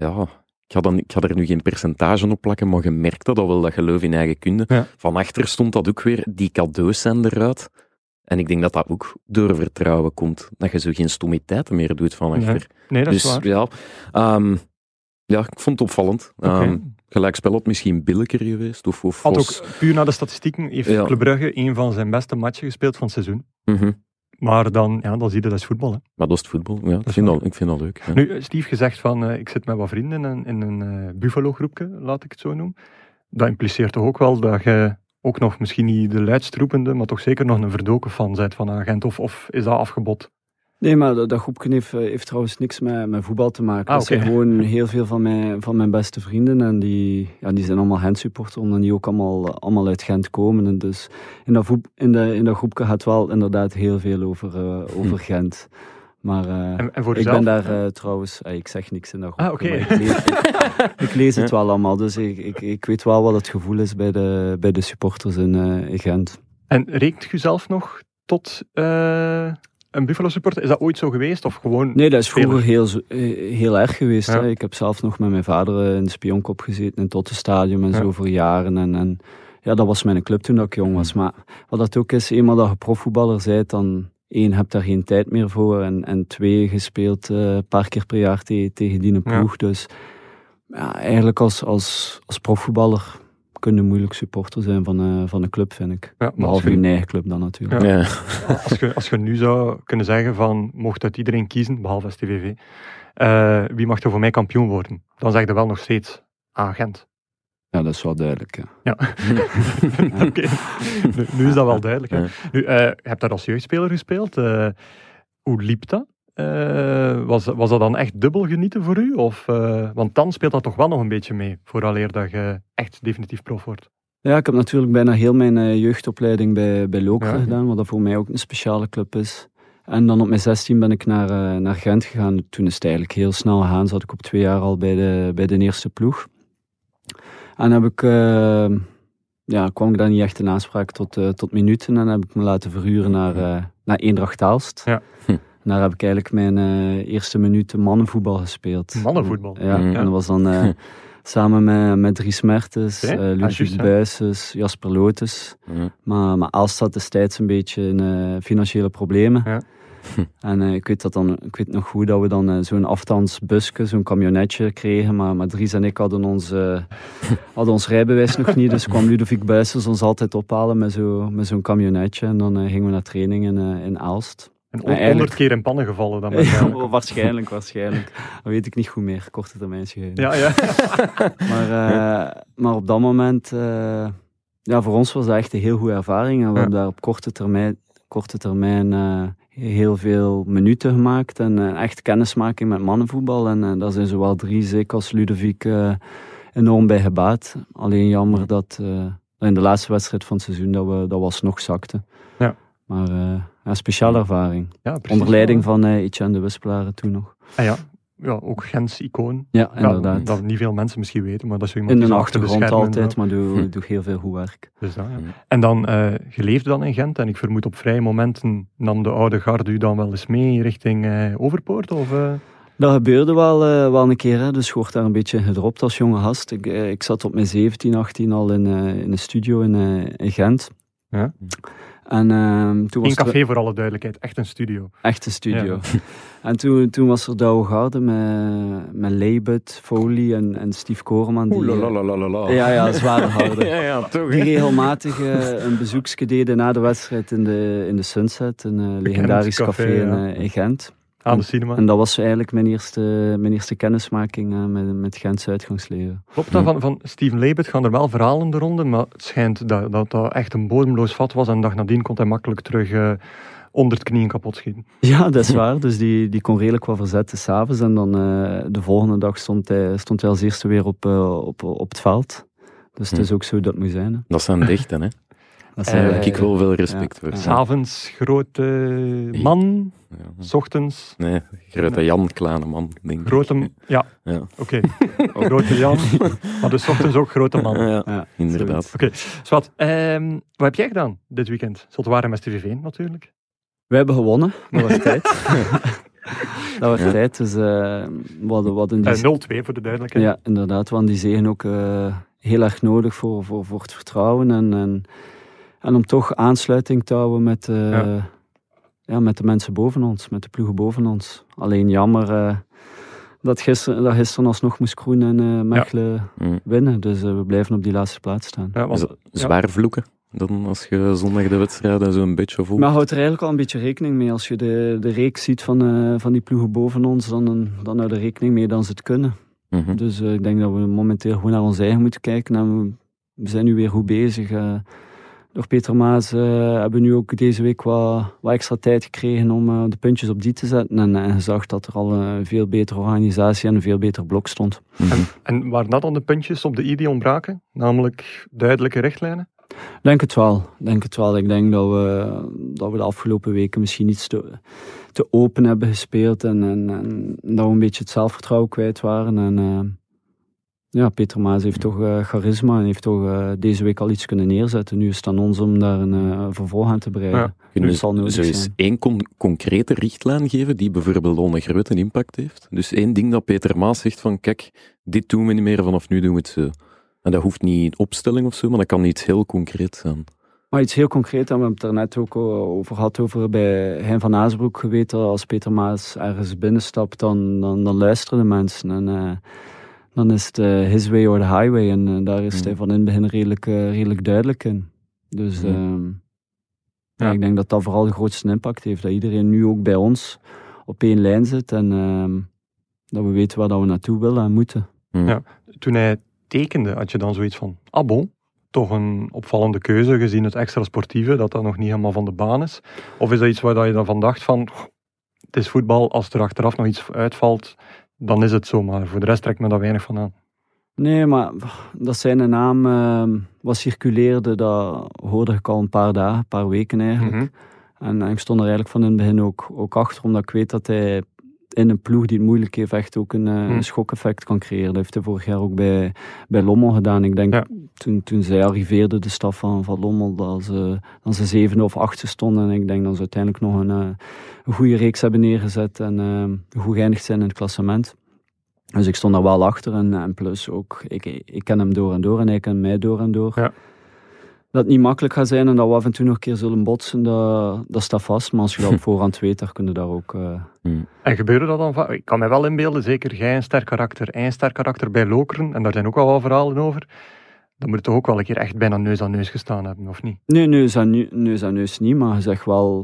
ik ga er nu geen percentage op plakken, maar je merkt dat wel, dat geloof in eigen kunde. Ja. Van achter stond dat ook weer, die cadeaus zijn eruit. En ik denk dat dat ook door vertrouwen komt. Dat je zo geen stomiteiten meer doet van achter. Nee, dat is waar. Ja, ik vond het opvallend. Gelijkspel had misschien billijker geweest. Of ook puur naar de statistieken heeft Club Brugge een van zijn beste matchen gespeeld van het seizoen. Maar dan zie je, dat is voetbal. Hè. Maar dat is het voetbal. Ja, ik vind dat leuk. Ja. Nu, Steve gezegd van, ik zit met wat vrienden in een Buffalo-groepje, laat ik het zo noemen. Dat impliceert toch ook wel dat je ook nog misschien niet de luidstroepende, maar toch zeker nog een verdoken fan bent van Agent, of is dat afgebod? Nee, maar dat groepje heeft trouwens niks met voetbal te maken. Dat zijn gewoon heel veel van mijn beste vrienden en die zijn allemaal Gent-supporters, omdat die ook allemaal uit Gent komen. En dus in dat groepje gaat wel inderdaad heel veel over Gent. Maar en voor ik ben daar trouwens... ik zeg niks in dat groepje, maar ik lees het wel allemaal. Dus ik weet wel wat het gevoel is bij de supporters in Gent. En rekent u zelf nog tot een Buffalo-supporter? Is dat ooit zo geweest? Of gewoon nee, dat is vroeger heel erg geweest. Ja. Hè. Ik heb zelf nog met mijn vader in de Spionkop gezeten, in het Tottenstadium en zo voor jaren. En dat was mijn club toen ik jong was. Maar wat dat ook is, eenmaal dat je profvoetballer bent, dan... 1, heb daar geen tijd meer voor. En 2, gespeeld een paar keer per jaar tegen die ploeg. Ja. Dus eigenlijk als profvoetballer kun je moeilijk supporter zijn van een club, vind ik. Ja, behalve je eigen club dan natuurlijk. Ja. Ja. Als je nu zou kunnen zeggen van, mocht uit iedereen kiezen, behalve STVV, wie mag er voor mij kampioen worden? Dan zeg je wel nog steeds Gent. Ja, dat is wel duidelijk. Ja. Okay. Nu is dat wel duidelijk. Hè. Nu, je hebt daar als jeugdspeler gespeeld. Hoe liep dat? Was dat dan echt dubbel genieten voor u? Want dan speelt dat toch wel nog een beetje mee, vooraleer dat je echt definitief prof wordt. Ja, ik heb natuurlijk bijna heel mijn jeugdopleiding bij Lokeren gedaan, wat dat voor mij ook een speciale club is. En dan op mijn 16 ben ik naar Gent gegaan. Toen is het eigenlijk heel snel gegaan. Zat ik op 2 jaar al bij de eerste ploeg. En kwam ik dan niet echt in aanspraak tot minuten. En heb ik me laten verhuren naar Eendracht Aalst. Ja. En daar heb ik eigenlijk mijn eerste minuten mannenvoetbal gespeeld. Mannenvoetbal? Ja. En dat was dan samen met Dries Mertens, Ludwig Buijsens, Jasper Lotes. Maar Aalst had destijds een beetje in financiële problemen. Ja. En ik weet nog goed dat we dan zo'n afstandsbusje, zo'n camionetje kregen, maar Dries en ik hadden ons rijbewijs nog niet, dus kwam Ludovic Buijsens ons altijd ophalen met zo'n camionetje en dan gingen we naar training in Aalst. En 100 keer in pannen gevallen dan? Waarschijnlijk. Dat weet ik niet goed meer, korte termijn geheugen. Ja. Maar op dat moment, voor ons was dat echt een heel goede ervaring en we hebben daar op korte termijn heel veel minuten gemaakt en echt kennismaking met mannenvoetbal. En daar zijn zowel Dries, ik als Ludovic enorm bij gebaat. Alleen jammer dat in de laatste wedstrijd van het seizoen dat we alsnog zakten. Ja. Maar een speciale ervaring. Ja, precies, onder leiding van Etienne de Wispelaar toen nog. Ja, ook Gents icoon. Ja, inderdaad. Dat niet veel mensen misschien weten, maar dat is zo iemand in die de achtergrond altijd, maar doe heel veel goed werk. Dus dat, ja. En dan, je leefde dan in Gent en ik vermoed op vrije momenten nam de oude garde u dan wel eens mee richting Overpoort? Of, Dat gebeurde wel een keer, hè. Dus je wordt daar een beetje gedropt als jonge gast. Ik zat op mijn 17, 18 al in een studio in Gent. Ja. En, toen was geen café voor alle duidelijkheid, echt een studio. Echt een studio. Ja. En toen was er de oude garde met Leibut, Foley en Steve Koreman. Ja, zware garde. ja, toch. Die regelmatig een bezoekje deden na de wedstrijd in de Sunset, een legendarisch café in Gent. Aan de cinema. En dat was eigenlijk mijn eerste kennismaking met Gents uitgangsleven. Klopt dat? Van Steven Leibut gaan er wel verhalen in de ronde, maar het schijnt dat echt een bodemloos vat was en de dag nadien kon hij makkelijk terug onder het knieën kapot schieten. Ja, dat is waar. Dus die kon redelijk wat verzetten s'avonds. En dan de volgende dag stond hij als eerste weer op het veld. Dus het is ook zo dat het moet zijn. Hè. Dat zijn dichten, hè? Daar heb ik wel veel respect voor. S'avonds grote man, s'ochtends... Nee, grote Jan, kleine man, denk ik. Grote... Ja, oké. Grote Jan, maar dus 's ochtends ook grote man. Ja, inderdaad. Oké, Swat, wat heb jij gedaan dit weekend? Zultuarium STVV natuurlijk. Wij hebben gewonnen, dat was tijd. Dat was tijd, dus we hadden die... 0-2 voor de duidelijkheid. Ja, inderdaad, we hadden die zegen ook heel erg nodig voor het vertrouwen en om toch aansluiting te houden met de mensen boven ons, met de ploegen boven ons. Alleen jammer dat gisteren alsnog moest Kroen en Mechelen winnen, dus we blijven op die laatste plaats staan. Ja, zwaar vloeken? Dan als je zondag de wedstrijden zo een beetje voelt. Maar houdt er eigenlijk al een beetje rekening mee. Als je de reeks ziet van die ploegen boven ons, dan houdt er rekening mee dat ze het kunnen. Mm-hmm. Dus ik denk dat we momenteel gewoon naar ons eigen moeten kijken. En we zijn nu weer goed bezig. Door Peter Maas hebben we nu ook deze week wat extra tijd gekregen om de puntjes op die te zetten. En je zag dat er al een veel betere organisatie en een veel beter blok stond. Mm-hmm. En waren dat dan de puntjes op de i die ontbraken? Namelijk duidelijke richtlijnen? Denk het wel. Ik denk dat we de afgelopen weken misschien iets te open hebben gespeeld en dat we een beetje het zelfvertrouwen kwijt waren. En Peter Maas heeft toch charisma en heeft toch deze week al iets kunnen neerzetten. Nu is het aan ons om daar een vervolg aan te breiden. Ja. Kunnen we zo eens één concrete richtlijn geven die bijvoorbeeld al een grote impact heeft? Dus één ding dat Peter Maas zegt van kijk, dit doen we niet meer, vanaf nu doen we het zo. En dat hoeft niet een opstelling of zo, maar dat kan iets heel concreet zijn. Maar iets heel concreet, en we hebben het er net ook over gehad, over bij Hein van Azenbroek geweten, als Peter Maas ergens binnenstapt, dan luisteren de mensen. En dan is het his way or the highway. En daar is hij van in het begin redelijk duidelijk in. Dus ik denk dat dat vooral de grootste impact heeft. Dat iedereen nu ook bij ons op één lijn zit en dat we weten waar dat we naartoe willen en moeten. Ja, toen hij tekende, had je dan zoiets van, bon, toch een opvallende keuze gezien het extra sportieve, dat nog niet helemaal van de baan is? Of is dat iets waar je dan van dacht van, het is voetbal, als er achteraf nog iets uitvalt, dan is het zo, maar voor de rest trekt me daar weinig van aan. Nee, maar dat zijn naam wat circuleerde, dat hoorde ik al een paar weken eigenlijk. Mm-hmm. En ik stond er eigenlijk van in het begin ook achter, omdat ik weet dat hij in een ploeg die het moeilijk heeft echt ook een schokeffect kan creëren. Dat heeft hij vorig jaar ook bij Lommel gedaan. Ik denk, toen zij arriveerde, de staf van Lommel, dat ze 7e of 8e stonden. En ik denk dat ze uiteindelijk nog een goede reeks hebben neergezet en goed geëindigd zijn in het klassement. Dus ik stond daar wel achter. En plus ook, ik ken hem door en door en hij kent mij door en door. Ja. Dat het niet makkelijk gaat zijn en dat we af en toe nog een keer zullen botsen, dat staat vast. Maar als je dat op voorhand weet, dan kun je daar ook... En gebeurde dat dan vaak? Ik kan me wel inbeelden, zeker jij een sterk karakter. Hij een sterk karakter bij Lokeren, en daar zijn ook al wel verhalen over. Dan moet het toch ook wel een keer echt bijna neus aan neus gestaan hebben, of niet? Nee, neus aan neus niet, maar je zegt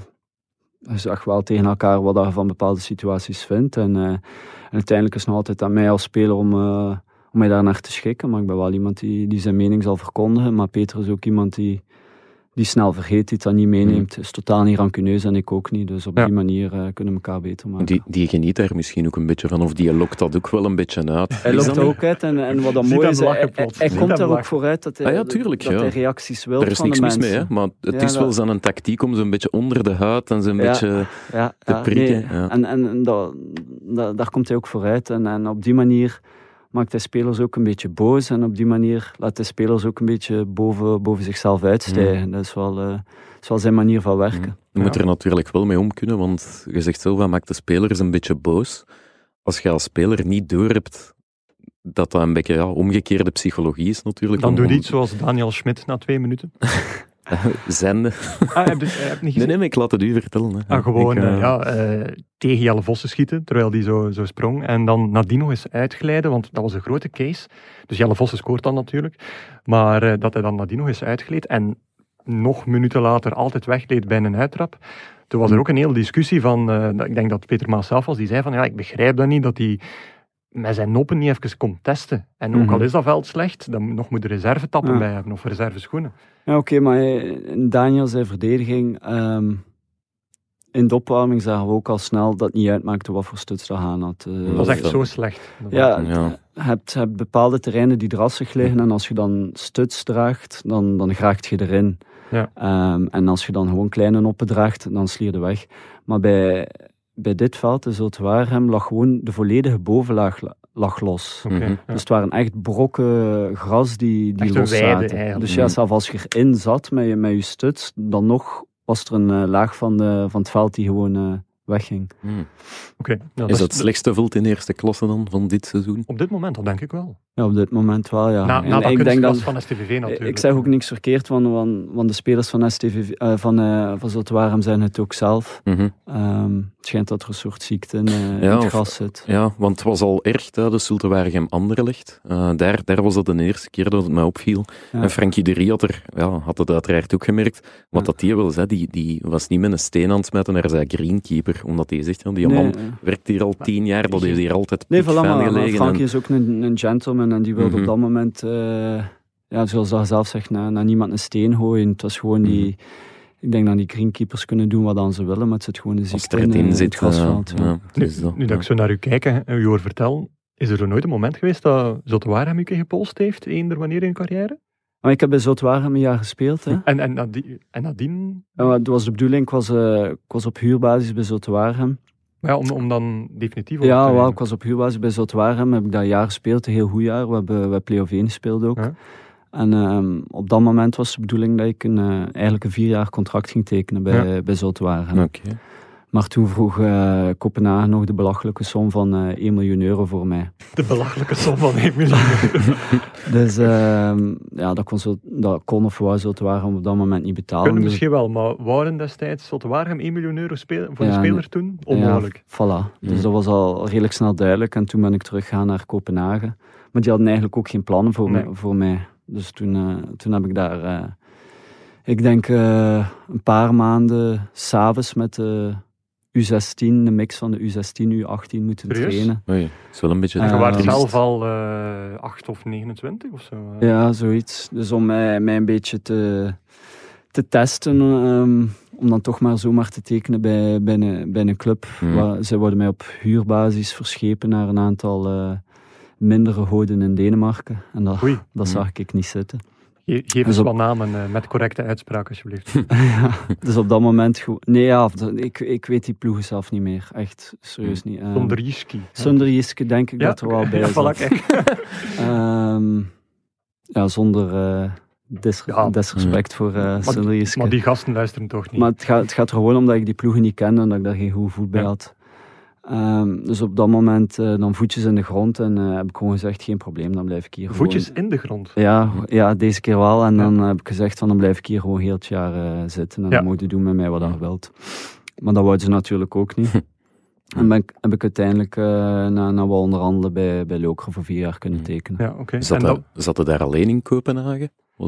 wel tegen elkaar wat je van bepaalde situaties vindt. En uiteindelijk is het nog altijd aan mij als speler om mij daar naar te schikken. Maar ik ben wel iemand die zijn mening zal verkondigen. Maar Peter is ook iemand die snel vergeet, die dat niet meeneemt. Is totaal niet rancuneus en ik ook niet. Dus op die manier kunnen we elkaar beter maken. Die geniet daar misschien ook een beetje van, of die lokt dat ook wel een beetje uit. Hij lokt ook uit en wat dan mooi is, hij komt er ook vooruit dat hij, hij reacties wil van de mensen. Er is niks mis mee, hè? Maar het is wel zo'n tactiek om zo'n beetje onder de huid en zo'n beetje te prikken. Nee. Ja. En daar komt hij ook vooruit en op die manier maakt hij spelers ook een beetje boos en op die manier laat hij spelers ook een beetje boven zichzelf uitstijgen. Dat is wel zijn manier van werken. Je moet er natuurlijk wel mee om kunnen, want je zegt zelf, maakt de spelers een beetje boos. Als je als speler niet doorhebt dat een beetje omgekeerde psychologie is natuurlijk. Dan doe je iets zoals Daniel Schmidt na 2 minuten. Zende. Heb niet gezien? Nee, maar ik laat het u vertellen. Hè. Gewoon tegen Jelle Vossen schieten, terwijl die zo sprong. En dan nadien nog eens uitglijden, want dat was een grote case. Dus Jelle Vossen scoort dan natuurlijk. Maar dat hij dan nadien nog eens uitgleed en nog minuten later altijd weggleed bij een uittrap. Toen was er ook een hele discussie van, ik denk dat Peter Maas zelf was, die zei van, ik begrijp dat niet, dat hij met zijn noppen niet even komt testen. En ook al is dat veld slecht, dan nog moet de reservetappen bij hebben, of reserveschoenen. Ja, oké, maar in Daniel zijn verdediging, in de opwarming zagen we ook al snel dat het niet uitmaakte wat voor stuts dat aan had. Dat was echt zo slecht. Ja, je hebt bepaalde terreinen die drassig liggen en als je dan stuts draagt, dan geraakt je erin. Ja. En als je dan gewoon kleine noppen draagt, dan slier je weg. Maar bij dit veld, de Zulte-Waregem, lag gewoon de volledige bovenlaag lag los. Okay, Dus het waren echt brokken gras die los zaten. Dus ja, zelfs als je erin zat met je stuts, dan nog was er een laag van het veld die gewoon wegging. Okay, nou, is dat het slechtste veld in eerste klasse dan van dit seizoen? Op dit moment, dat denk ik wel. Ja, op dit moment wel, ja. Na dat kunstgras van STVV natuurlijk. Ik zeg ook niks verkeerd, want de spelers van STVV, van Zulte-Waregem zijn het ook zelf. Het schijnt dat er een soort ziekte in het gras zit. Ja, want het was al erg, de Zulte-Waregem Anderlecht. Daar was dat de eerste keer dat het mij opviel. Ja. En Frankie de Rie had het uiteraard ook gemerkt. Wat dat die wel zei, die was niet met een steen aan het smijten naar zijn greenkeeper. Omdat hij zegt, die man werkt hier al 10 jaar, dat is hier altijd fijn gelegen. Frankie is ook een gentleman en die wilde op dat moment, zoals dat zelf zegt, naar niemand een steen gooien. Het was gewoon die... Ik denk dat die greenkeepers kunnen doen wat ze willen, maar het zit gewoon de ziekte in het grasveld. Nu dat ik zo naar u kijk en u hoor vertellen, is er zo nooit een moment geweest dat Zulte-Waregem u gepolst heeft, eender wanneer in uw carrière? Maar ik heb bij Zulte-Waregem een jaar gespeeld. Hè. En nadien? Dat was de bedoeling, ik was op huurbasis bij Zulte-Waregem. Ja, om dan definitief op te ik was op huurbasis bij Zulte-Waregem, heb ik dat jaar gespeeld, een heel goed jaar. We hebben play-off 1 gespeeld ook. Ja. En op dat moment was de bedoeling dat ik eigenlijk een 4-jaar contract ging tekenen bij Zulte-Waregem. Okay. Maar toen vroeg Kopenhagen nog de belachelijke som van 1 miljoen euro voor mij. De belachelijke som van 1 miljoen euro. Dus dat kon of wou Zulte-Waregem op dat moment niet betalen. Kunnen misschien wel, maar waren destijds Zulte-Waregem 1 miljoen euro voor de speler toen? Onmogelijk. Ja, voilà. Dus dat was al redelijk snel duidelijk. En toen ben ik teruggegaan naar Kopenhagen. Maar die hadden eigenlijk ook geen plannen voor mij. Dus toen heb ik daar, ik denk een paar maanden 's avonds met de U16, de mix van de U16, U18 moeten trainen. Oei, dat is wel een beetje... Je was zelf al 8 of 29 of zo? Ja, zoiets. Dus om mij een beetje te testen, om dan toch maar zomaar te tekenen bij een club. Zij worden mij op huurbasis verschepen naar een aantal... mindere goden in Denemarken. En dat zag ik niet zitten. Geef eens wat namen met correcte uitspraak, alsjeblieft. Dus op dat moment... ik weet die ploegen zelf niet meer. Echt, serieus niet. Sonderjyske denk ik dat er wel bij zat. Zonder disrespect voor Sonderjyske. Maar die gasten luisteren toch niet? Maar het gaat er gewoon om dat ik die ploegen niet kende en dat ik daar geen goed gevoel bij had. Dus op dat moment dan voetjes in de grond en heb ik gewoon gezegd, geen probleem, dan blijf ik hier voetjes in de grond? Ja, deze keer wel. En dan heb ik gezegd, dan blijf ik hier gewoon heel het jaar zitten en dan moet je doen met mij wat je wilt. Maar dat wouden ze natuurlijk ook niet. En heb ik uiteindelijk na wat onderhandelen bij Lokeren voor 4 jaar kunnen tekenen. Ja, okay. Zat je daar alleen in Kopenhagen?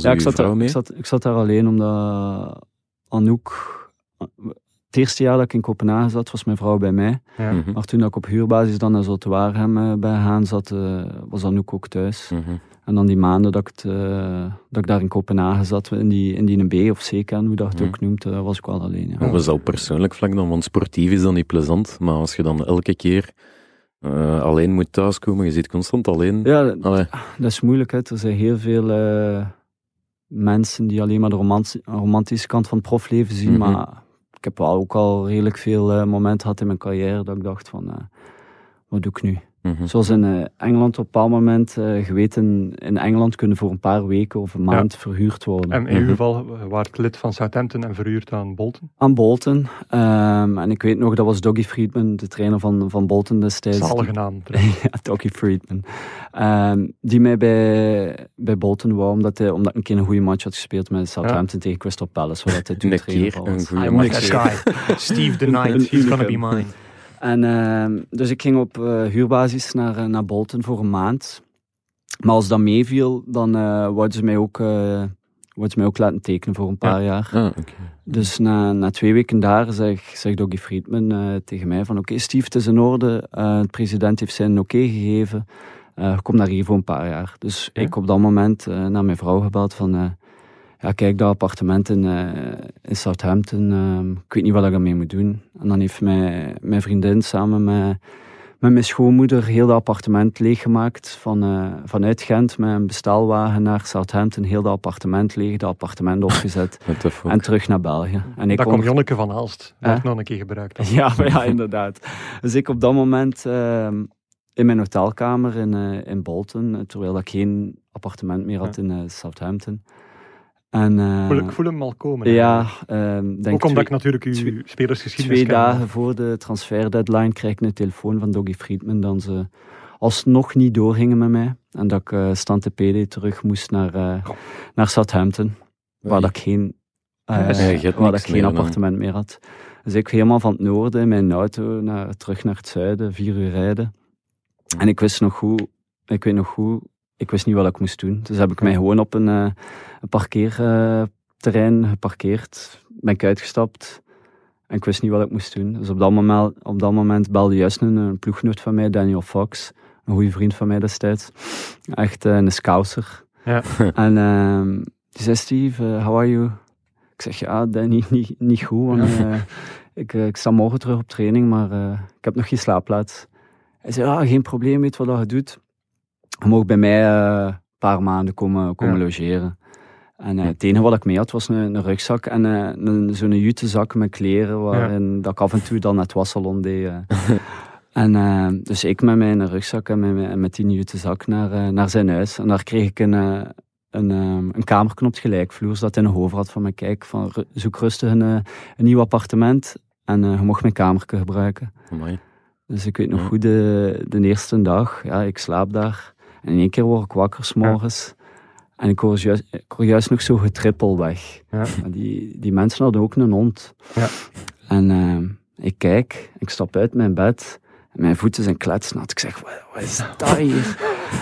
Ik zat daar alleen omdat Anouk... Het eerste jaar dat ik in Kopenhagen zat, was mijn vrouw bij mij. Ja. Maar toen ik op huurbasis dan naar Zulte-Waregem bij haar zat, was Anouk ook thuis. En dan die maanden dat ik daar in Kopenhagen zat, in die B of C-kern, hoe dat het ook noemt, was ik wel alleen. Ja. Dat was al persoonlijk vlak dan, want sportief is dan niet plezant. Maar als je dan elke keer alleen moet thuiskomen, je zit constant alleen. Ja, dat is moeilijk. Hè. Er zijn heel veel mensen die alleen maar de romantische kant van het profleven zien, maar... Ik heb wel ook al redelijk veel momenten gehad in mijn carrière dat ik dacht van, wat doe ik nu? Zoals in Engeland op een bepaald moment, je weet, in Engeland kunnen voor een paar weken of een maand verhuurd worden. En in uw geval waart lid van Southampton en verhuurd aan Bolton? Aan Bolton. En ik weet nog, dat was Dougie Freedman, de trainer van Bolton destijds. Zalige naam. Ja, Dougie Freedman. Die mij bij Bolton wou, omdat ik een keer een goede match had gespeeld met Southampton tegen Crystal Palace, waar hij toen trainer was. I want that guy. Steve the Knight, he's gonna be mine. En dus ik ging op huurbasis naar Bolton voor een maand. Maar als dat meeviel, dan wouden ze mij ook laten tekenen voor een paar jaar. Okay. Dus na 2 weken daar zegt Dougie Freedman tegen mij van oké, Steve, het is in orde. De president heeft zijn oké gegeven. Kom naar hier voor een paar jaar. Dus ik op dat moment naar mijn vrouw gebeld van... kijk, dat appartement in Southampton, ik weet niet wat ik ermee moet doen. En dan heeft mijn vriendin samen met mijn schoonmoeder heel dat appartement leeggemaakt. Vanuit Gent met een bestelwagen naar Southampton, heel dat appartement leeg, dat appartement opgezet en terug naar België. En dat kwam Jonneke van Aalst, dat nog een keer gebruikt. Ja, inderdaad. Dus ik op dat moment in mijn hotelkamer in Bolton, terwijl ik geen appartement meer had in Southampton. En, ik voel hem al komen. Ja, ook omdat ik natuurlijk uw spelersgeschiedenis 2 dagen voor de transferdeadline kreeg ik een telefoon van Dougie Friedman dat ze alsnog niet doorgingen met mij. En dat ik Stante PD terug moest naar Southampton, waar dat ik geen appartement meer had. Dus ik helemaal van het noorden in mijn auto terug naar het zuiden, 4 uur rijden. En ik wist niet wat ik moest doen. Dus heb ik mij gewoon op een parkeerterrein geparkeerd. Ben ik uitgestapt. En ik wist niet wat ik moest doen. Dus op dat moment belde juist een ploeggenoot van mij, Daniel Fox. Een goede vriend van mij destijds. Echt een scouser. Ja. En die zei, Steve, how are you? Ik zeg, ja, Danny, niet goed. Want, ik sta morgen terug op training, maar ik heb nog geen slaapplaats. Hij zei, geen probleem, weet wat je doet. Je mag bij mij een paar maanden komen logeren. En het enige wat ik mee had was een rugzak en zo'n jutezak met kleren waarin dat ik af en toe dan het wassalon deed. En dus ik met mijn rugzak en met die jutezak naar zijn huis. En daar kreeg ik een kamerknop gelijkvloers dat in een hoofd had van me. Kijk, zoek rustig een nieuw appartement en je mocht mijn kamertje gebruiken. Amai. Dus ik weet nog goed de eerste dag, ik slaap daar. En in één keer word ik wakker 's morgens. En ik hoor juist nog zo getrippel weg. Ja. Die mensen hadden ook een hond. Ja. En ik kijk, ik stap uit mijn bed. En mijn voeten zijn kletsnat. Ik zeg, wat is dat hier?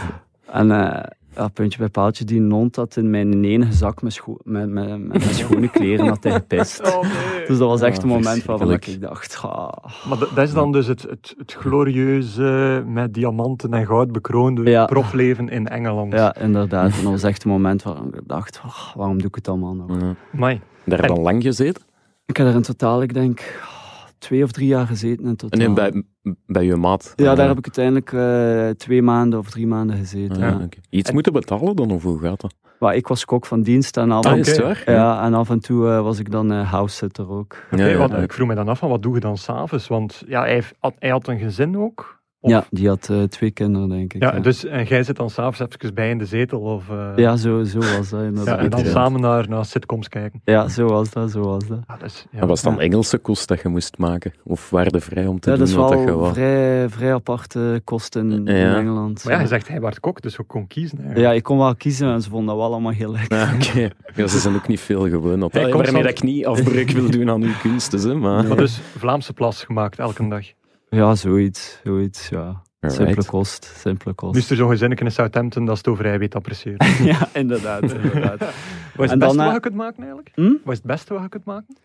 En puntje bij paaltje, die hond had in mijn enige zak met schone kleren had hij gepist. Oh, nee. Dus dat was echt een moment waarvan ik dacht... Maar dat is dan dus het glorieuze, met diamanten en goud bekroonde profleven in Engeland. Ja, inderdaad. En dat was echt een moment waarvan ik dacht, waarom doe ik het allemaal nog? Daar heb je dan lang gezeten? Ik heb er in totaal, ik denk... 2 of 3 jaar gezeten in totaal. Nee, bij je maat? Ja, daar heb ik uiteindelijk 2 maanden of 3 maanden gezeten. Ja. Okay. Iets moeten betalen dan, of hoe gaat dat? Maar ik was kok van dienst en af en af en toe was ik dan housesitter ook. Ik vroeg me dan af, wat doe je dan s'avonds? Want hij had een gezin ook? Of? Ja, die had 2 kinderen, denk ik. Ja, dus, en jij zit dan s'avonds even bij in de zetel? Of, Ja, zo was dat inderdaad. En dan samen naar sitcoms kijken? Ja, zo was dat. En was het dan Engelse kost dat je moest maken? Of waren er vrij om te doen wat je wou? Dat is wel vrij aparte kosten in Engeland. Maar je zegt, hij werd kok, dus je kon kiezen. Eigenlijk. Ja, ik kon wel kiezen en ze vonden dat wel allemaal heel lekker. Ja, ze zijn ook niet veel gewoon op. Waarmee dat ik niet afbreuk wil doen aan uw kunsten. Maar dus Vlaamse plas gemaakt elke dag? Ja, zoiets, ja. Simpele kost. Nu is er zo'n gezinnetje in Southampton dat het over hij weet appreciëren. Ja, inderdaad. Wat is het beste wat je kunt maken eigenlijk? Wat is het beste wat je kunt maken?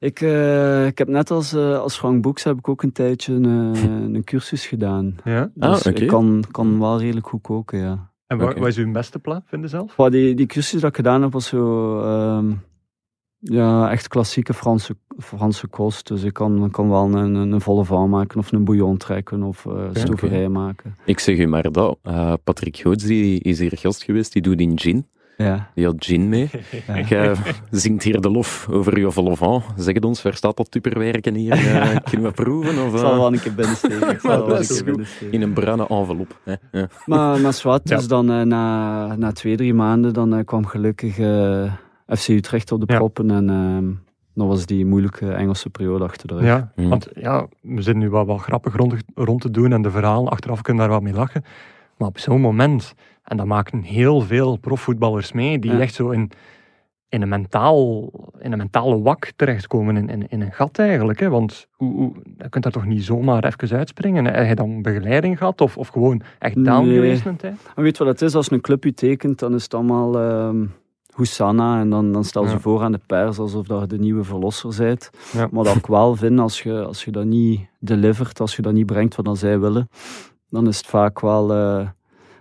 Ik heb net als Frank Boeks heb ik ook een tijdje een cursus gedaan. Ja? Dus ik kan wel redelijk goed koken, ja. En wat is uw beste plat, vind je zelf? Die cursus dat ik gedaan heb was zo... echt klassieke Franse kost. Dus ik kan wel een volle van maken of een bouillon trekken of stoverij maken. Ik zeg u maar dat. Patrick Goots die is hier gast geweest, die doet in gin. Ja. Die had gin mee. Ja. Jij zingt hier de lof over je volle van. Zeg het ons, waar staat dat tupperwerken hier? Kunnen we proeven? Of, Ik zal wel een keer binnensteken. In een bruine envelop. Ja. Maar zwart, dus dan na 2-3 maanden dan kwam gelukkig... FC Utrecht op de proppen en dan was die moeilijke Engelse periode achter de rug. Ja, want we zitten nu wel grappig rond te doen en de verhalen achteraf kunnen daar wat mee lachen. Maar op zo'n moment, en dat maken heel veel profvoetballers mee, die echt zo in een mentale wak terechtkomen, in een gat eigenlijk. Hè? Want je kunt daar toch niet zomaar even uitspringen? Heb je dan begeleiding gehad of gewoon echt down geweest een tijd? En weet je wat het is? Als een club u tekent, dan is het allemaal... Hosanna, en dan stel ze voor aan de pers alsof dat je de nieuwe verlosser bent. Ja. Maar dat ik wel vind, als je dat niet delivert, als je dat niet brengt wat dan zij willen, dan is het vaak wel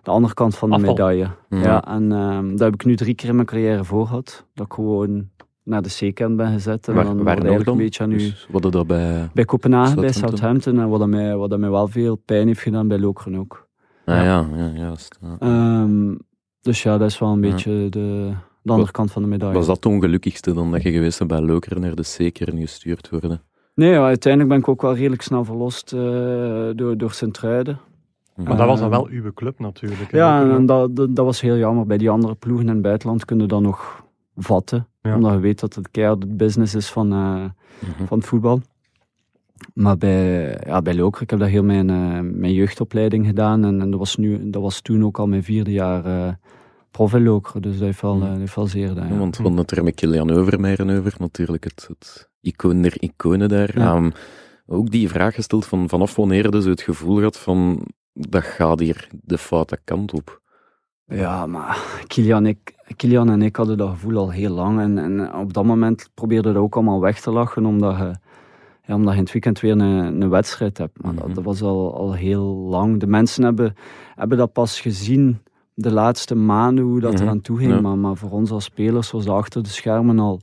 de andere kant van de Afval. medaille. Ja. Ja, en daar heb ik nu 3 keer in mijn carrière voor gehad. Dat ik gewoon naar de C-kern ben gezet. En dan Waar wordt nog eigenlijk dan? een beetje aan u... Dus wat dat Bij Kopenhagen, bij Southampton. Southampton. En wat dat mij wel veel pijn heeft gedaan bij Lokeren ook. Ja, juist. Ja. Dus ja, dat is wel een Ja. beetje de andere kant van de medaille. Was dat het ongelukkigste dan dat je geweest bent bij Lokeren naar de C-kern gestuurd worden? Nee, ja, uiteindelijk ben ik ook wel redelijk snel verlost door Sint-Truiden. Maar dat was dan wel uw club natuurlijk. hè. Ja, en dat was heel jammer. Bij die andere ploegen in het buitenland kun je dat nog vatten. Ja. Omdat je weet dat het keihard het business is van het voetbal. Maar bij Lokeren, ik heb daar heel mijn jeugdopleiding gedaan. En dat was toen ook al mijn 4e jaar prof in Lokeren. Dus dat heeft wel zeer gedaan. Ja, Ja. want we hadden het er met Kilian Overmeijer over, natuurlijk het icoon der iconen daar. Ja. Ook die vraag gesteld van vanaf wanneer dus het gevoel had van dat gaat hier de foute kant op. Ja, maar Kilian en ik hadden dat gevoel al heel lang. En op dat moment probeerde dat ook allemaal weg te lachen, omdat je in het weekend weer een wedstrijd hebt. Maar dat was al heel lang. De mensen hebben dat pas gezien de laatste maanden, hoe dat eraan toe ging. Ja. Maar voor ons als spelers was dat achter de schermen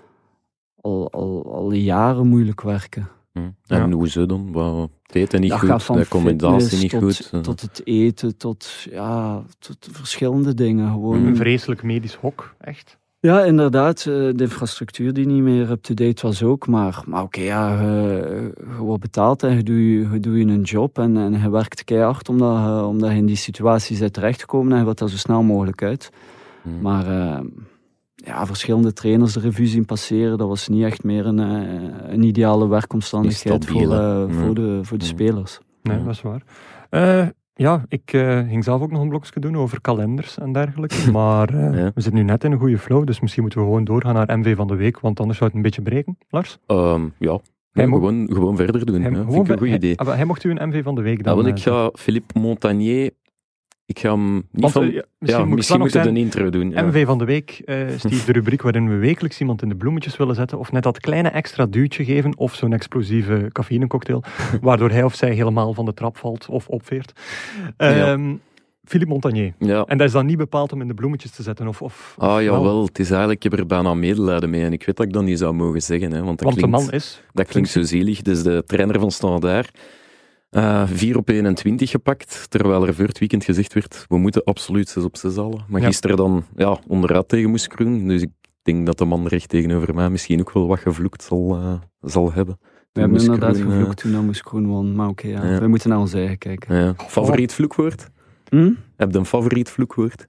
al jaren moeilijk werken. En hoe ze dan? Wat eten niet Dat goed, gaat van de accommodatie niet fitness goed. tot het eten, tot verschillende dingen. Gewoon. Een vreselijk medisch hok, echt. Ja, inderdaad. De infrastructuur die niet meer up-to-date was ook. Maar oké, je wordt betaald en je doet je een job. En je werkt keihard omdat je in die situatie bent terechtgekomen. En je wilt daar zo snel mogelijk uit. Maar verschillende trainers de revue zien passeren. Dat was niet echt meer een ideale werkomstandigheid voor de spelers. Nee, dat is waar. Ik ging zelf ook nog een blokje doen over kalenders en dergelijke. Maar we zitten nu net in een goede flow, dus misschien moeten we gewoon doorgaan naar MV van de week, want anders zou het een beetje breken. Lars? Gewoon verder doen. Vind ik een goed idee. Hij mocht u een MV van de week dan. Want ik ga Philippe Montagnier... Ik ga hem niet misschien moeten we een intro doen. Ja. MV van de week, Steve, de rubriek waarin we wekelijks iemand in de bloemetjes willen zetten, of net dat kleine extra duwtje geven, of zo'n explosieve cafeïnecocktail, waardoor hij of zij helemaal van de trap valt of opveert. Philippe Montagnier. Ja. En dat is dan niet bepaald om in de bloemetjes te zetten? Jawel, het is eigenlijk, ik heb er bijna medelijden mee en ik weet dat ik dat niet zou mogen zeggen. Hè, want de man is... Dat klinkt zo zielig. Dus de trainer van Standaard 4 op 21 gepakt, terwijl er voor het weekend gezegd werd, we moeten absoluut 6 op 6 halen. Maar gisteren dan onderuit tegen moest kroen, dus ik denk dat de man recht tegenover mij misschien ook wel wat gevloekt zal hebben. We hebben inderdaad gevloekt toen dat Moes Kroen won, maar oké, we moeten naar ons eigen kijken. Ja. Favoriet vloekwoord? Heb je een favoriet vloekwoord?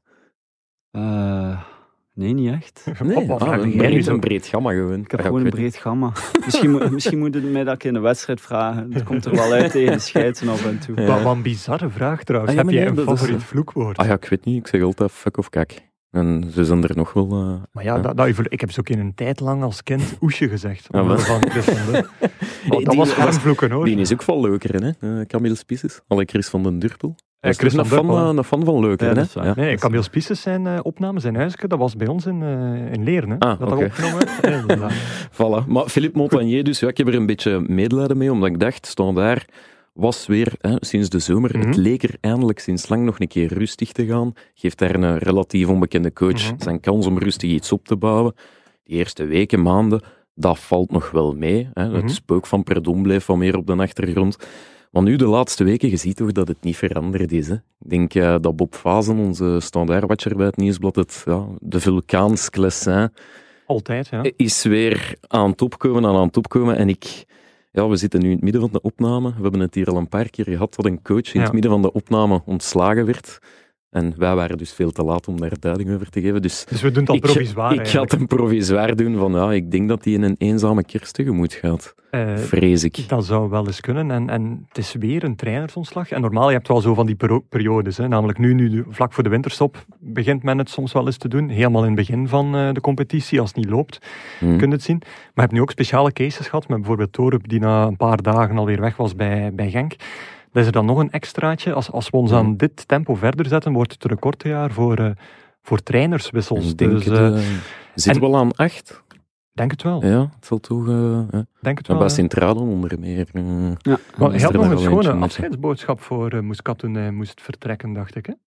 Nee, niet echt. Een breed gamma gewoon. Ik heb gewoon een breed gamma. Misschien moet het mij dat in de wedstrijd vragen. Het komt er wel uit tegen de scheidsen af en toe. Wat een bizarre vraag trouwens. Heb jij een favoriet vloekwoord? Ik weet niet. Ik zeg altijd fuck of kak. En ze zijn er nog wel... Maar ik heb zo ook in een tijd lang als kind oesje gezegd. Van Chris van den Dat was armvloeken hoor. Die is ook van Leukeren, hè? Camille Spices. Chris van den Durpel. Chris een fan van Leukeren, hè? Nee, Camille Spices zijn opname, zijn huisje, dat was bij ons in Leren. Hè? Dat opgenomen werd. Voilà. Maar Philippe Montagnier dus, ik heb er een beetje medelijden mee, omdat ik dacht, Standaard was weer, sinds de zomer, het leek er eindelijk sinds lang nog een keer rustig te gaan. Geeft daar een relatief onbekende coach zijn kans om rustig iets op te bouwen. Die eerste weken, maanden, dat valt nog wel mee. Hè. Het spook van Perdom bleef wat meer op de achtergrond. Maar nu, de laatste weken, je ziet toch dat het niet veranderd is. Hè. Ik denk dat Bob Vazen, onze standaardwatcher bij het Nieuwsblad, de vulkaans Clessin, altijd, is weer aan het opkomen. En we zitten nu in het midden van de opname. We hebben het hier al een paar keer gehad dat een coach in het midden van de opname ontslagen werd. En wij waren dus veel te laat om daar duiding over te geven. Dus we doen het al provisoir. Ik ga het een provisoir doen van, ik denk dat hij in een eenzame kerst tegemoet gaat. Vrees ik. Dat zou wel eens kunnen. En het is weer een trainersontslag. En normaal, je hebt wel zo van die periodes. Hè. Namelijk nu, vlak voor de winterstop, begint men het soms wel eens te doen. Helemaal in het begin van de competitie, als het niet loopt, kun je het zien. Maar je hebt nu ook speciale cases gehad, met bijvoorbeeld Torup, die na een paar dagen alweer weg was bij Genk. Dat is er dan nog een extraatje. Als we ons aan dit tempo verder zetten, wordt het een recordjaar voor trainerswissels. Ik denk zitten we al aan 8? Denk het wel. Ja, het zal toch... Denk het wel. Bij Sint-Truiden onder meer. Maar hij had nog een schone afscheidsboodschap voor Muscat toen hij moest vertrekken, dacht ik. Hè?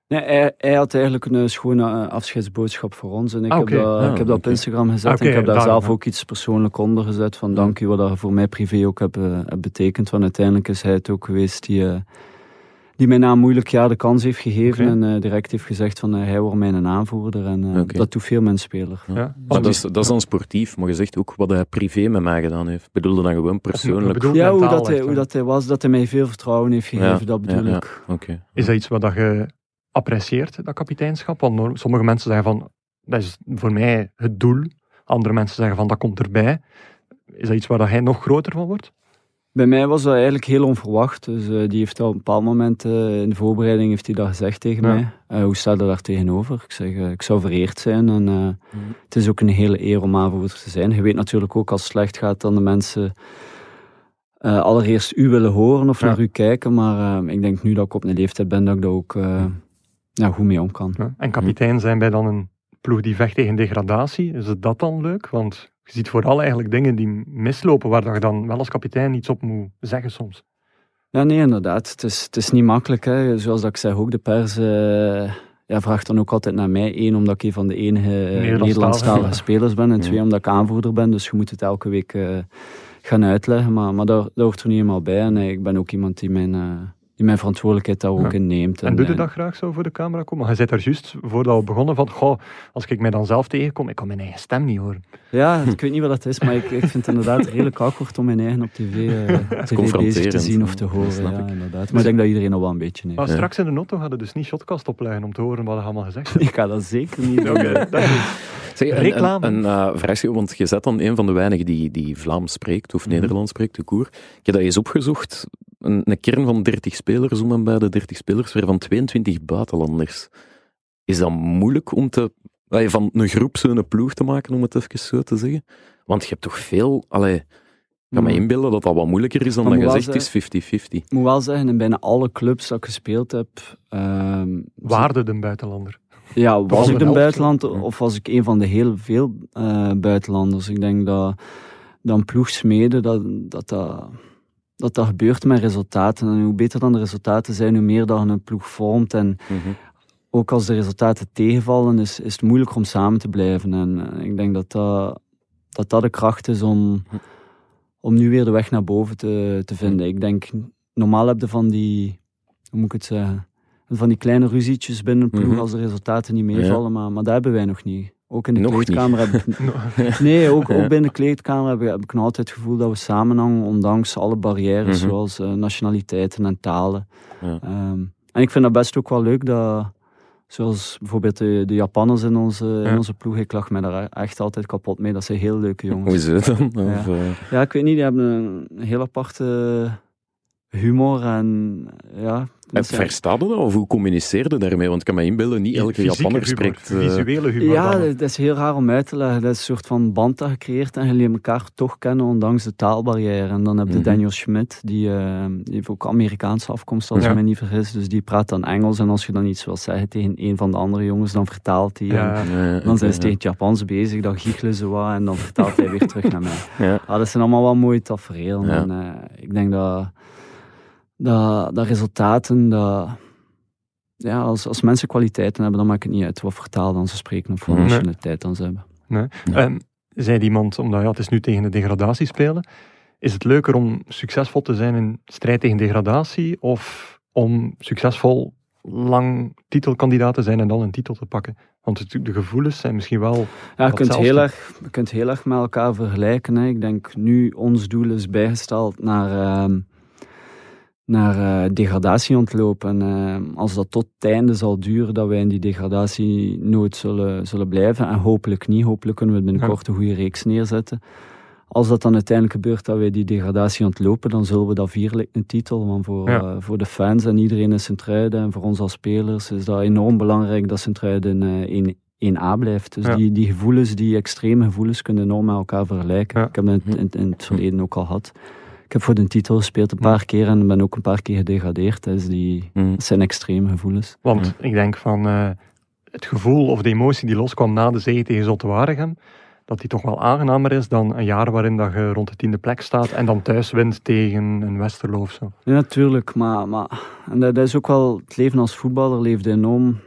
Nee, hij had eigenlijk een schone afscheidsboodschap voor ons. En ik heb dat op Instagram gezet. En ik heb daar zelf ook iets persoonlijk onder gezet. Van dank u wat je voor mij privé ook hebt betekend. Want uiteindelijk is hij het ook geweest die mij na een moeilijk jaar de kans heeft gegeven. En direct heeft gezegd van hij wordt mijn aanvoerder. En dat doet veel met een speler. Ja. Maar dat is dan sportief. Maar je zegt ook wat hij privé met mij gedaan heeft. Bedoelde dan gewoon persoonlijk? Ja, hoe dat hij was. Dat hij mij veel vertrouwen heeft gegeven. Dat bedoel ik. Okay. Is dat iets wat je apprecieert, dat kapiteinschap? Want sommige mensen zeggen van, dat is voor mij het doel. Andere mensen zeggen van, dat komt erbij. Is dat iets waar hij nog groter van wordt? Bij mij was dat eigenlijk heel onverwacht. Dus die heeft op een bepaald moment in de voorbereiding heeft hij dat gezegd tegen mij. Hoe staat dat daar tegenover? Ik zeg, ik zou vereerd zijn. En het is ook een hele eer om aanvoerder te zijn. Je weet natuurlijk ook als het slecht gaat, dan de mensen allereerst u willen horen of naar u kijken. Maar ik denk nu dat ik op een leeftijd ben, dat ik daar ook goed mee om kan. Ja. En kapitein zijn bij dan een ploeg die vecht tegen degradatie. Is het dat dan leuk? Want je ziet vooral eigenlijk dingen die mislopen, waar je dan wel als kapitein iets op moet zeggen soms. Ja, nee, inderdaad. Het is niet makkelijk. Hè. Zoals dat ik zeg, ook de pers vraagt dan ook altijd naar mij. 1, omdat ik een van de enige Nederlandstalige spelers ben. En 2, omdat ik aanvoerder ben. Dus je moet het elke week gaan uitleggen. Maar dat hoort er niet helemaal bij. En ik ben ook iemand die mijn verantwoordelijkheid daar ook in neemt. En doe je dat graag zo voor de camera komen? Maar je zei daar juist, voordat we begonnen, van als ik mij dan zelf tegenkom, ik kan mijn eigen stem niet horen. Ja, ik weet niet wat dat is, maar ik vind het inderdaad redelijk awkward om mijn eigen op tv bezig te zien of te horen. Ja, inderdaad. Maar ik denk dat iedereen al wel een beetje heeft. Maar straks in de auto gaat je dus niet shotcast opleggen om te horen wat je allemaal gezegd hebt. Ik ga dat zeker niet doen. Reclame. Een vraagje, want je bent dan een van de weinigen die Vlaams spreekt, of Nederlands spreekt, de koer. Ik heb dat eens opgezocht. Een kern van 30 spelers, om en bij de 30 spelers, weer van 22 buitenlanders. Is dat moeilijk om van een groep zo'n ploeg te maken, om het even zo te zeggen? Want je hebt toch veel... Ik kan me inbeelden dat dat wat moeilijker is dan dat je zegt, het is 50-50. Ik moet wel zeggen, in bijna alle clubs dat ik gespeeld heb... Waarde de buitenlander? Ja, was ik een buitenland of was ik een van de heel veel buitenlanders? Ik denk dat een ploegsmede, dat gebeurt met resultaten. En hoe beter dan de resultaten zijn, hoe meer dat je een ploeg vormt. En ook als de resultaten tegenvallen, is het moeilijker om samen te blijven. En ik denk dat de kracht is om nu weer de weg naar boven te vinden. Ik denk, normaal heb je van die... Hoe moet ik het zeggen? Van die kleine ruzietjes binnen een ploeg als de resultaten niet meevallen. Maar dat hebben wij nog niet. Ook in de kleedkamer heb ik... Nee, ook binnen de kleedkamer heb ik nog altijd het gevoel dat we samenhangen, ondanks alle barrières, zoals nationaliteiten en talen. Ja. En ik vind dat best ook wel leuk dat, zoals bijvoorbeeld de Japanners in onze ploeg, ik lach mij daar echt altijd kapot mee. Dat zijn heel leuke jongens. Hoe is het dan? Ja, ik weet niet, die hebben een heel aparte humor en ja... Verstaat je dat? Of hoe communiceer je daarmee? Want ik kan me inbeelden, niet elke Japanner spreekt... Visuele humor. Ja, dat is heel raar om uit te leggen. Dat is een soort van band dat je creëert en je leert elkaar toch kennen, ondanks de taalbarrière. En dan heb je Daniel Schmidt, die heeft ook Amerikaanse afkomst, als ik me niet vergis. Dus die praat dan Engels en als je dan iets wil zeggen tegen een van de andere jongens, dan vertaalt hij. Dan zijn ze tegen het Japans bezig, dan giechelen ze wat en dan vertaalt hij weer terug naar mij. Ja. Dat zijn allemaal wel mooie tafereelen. Ja. En ik denk dat resultaten, als mensen kwaliteiten hebben, dan maakt het niet uit wat voor taal dan ze spreken of wat nationaliteit dan ze hebben. Nee. Zei iemand, omdat het is nu tegen de degradatie spelen, is het leuker om succesvol te zijn in strijd tegen degradatie of om succesvol lang titelkandidaat te zijn en dan een titel te pakken? Want de gevoelens zijn misschien wel... Ja, je kunt heel erg met elkaar vergelijken. Hè. Ik denk nu, ons doel is bijgesteld naar degradatie ontlopen. Als dat tot het einde zal duren, dat wij in die degradatie nooit zullen blijven. En hopelijk niet. Hopelijk kunnen we binnenkort een goede reeks neerzetten. Als dat dan uiteindelijk gebeurt dat wij die degradatie ontlopen, dan zullen we dat vieren, een titel. Want voor de fans en iedereen in Sint-Truiden en voor ons als spelers is dat enorm belangrijk dat Sint-Truiden 1A blijft. Dus die gevoelens, die extreme gevoelens, kunnen enorm met elkaar vergelijken. Ik heb dat in het verleden ook al gehad. Ik heb voor de titel gespeeld een paar keer en ben ook een paar keer gedegradeerd. Dus dat zijn extreme gevoelens. Want ik denk van het gevoel of de emotie die loskwam na de zege tegen Zulte Waregem, dat die toch wel aangenamer is dan een jaar waarin dat je rond de 10e plek staat en dan thuis wint tegen een Westerlo of zo. Ja, natuurlijk, maar en dat is ook wel, het leven als voetballer leeft enorm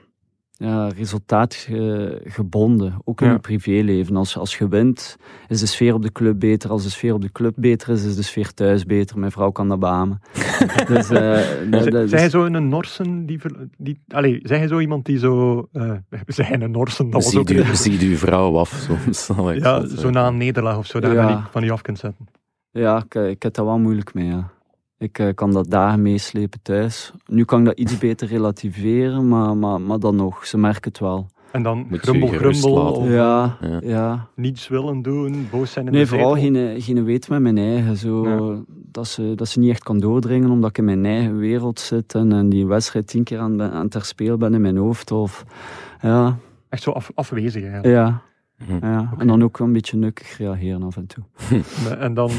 resultaatgebonden, ook in je privéleven. Als je wint, is de sfeer op de club beter. Als de sfeer op de club beter is de sfeer thuis beter. Mijn vrouw kan dat beamen. Dus, zijn jij zo een Norsen zeg jij zo iemand die zo... zijn een Norsen, dat was ook... Ziet uw vrouw af soms. Ja, zo na een nederlaag of zo, dat je van je af kunt zetten. Ja, ik heb daar wel moeilijk mee, ja. Ik kan dat dagen meeslepen thuis. Nu kan ik dat iets beter relativeren, maar dan nog, ze merken het wel. En dan grumbel of niets willen doen, boos zijn in de zetel? Nee, vooral geen weet met mijn eigen. Zo, dat ze niet echt kan doordringen, omdat ik in mijn eigen wereld zit en die wedstrijd 10 keer aan het herspelen ben in mijn hoofd. Echt zo afwezig eigenlijk. Ja. Ja, okay. En dan ook een beetje nukkig reageren af en toe. En dan...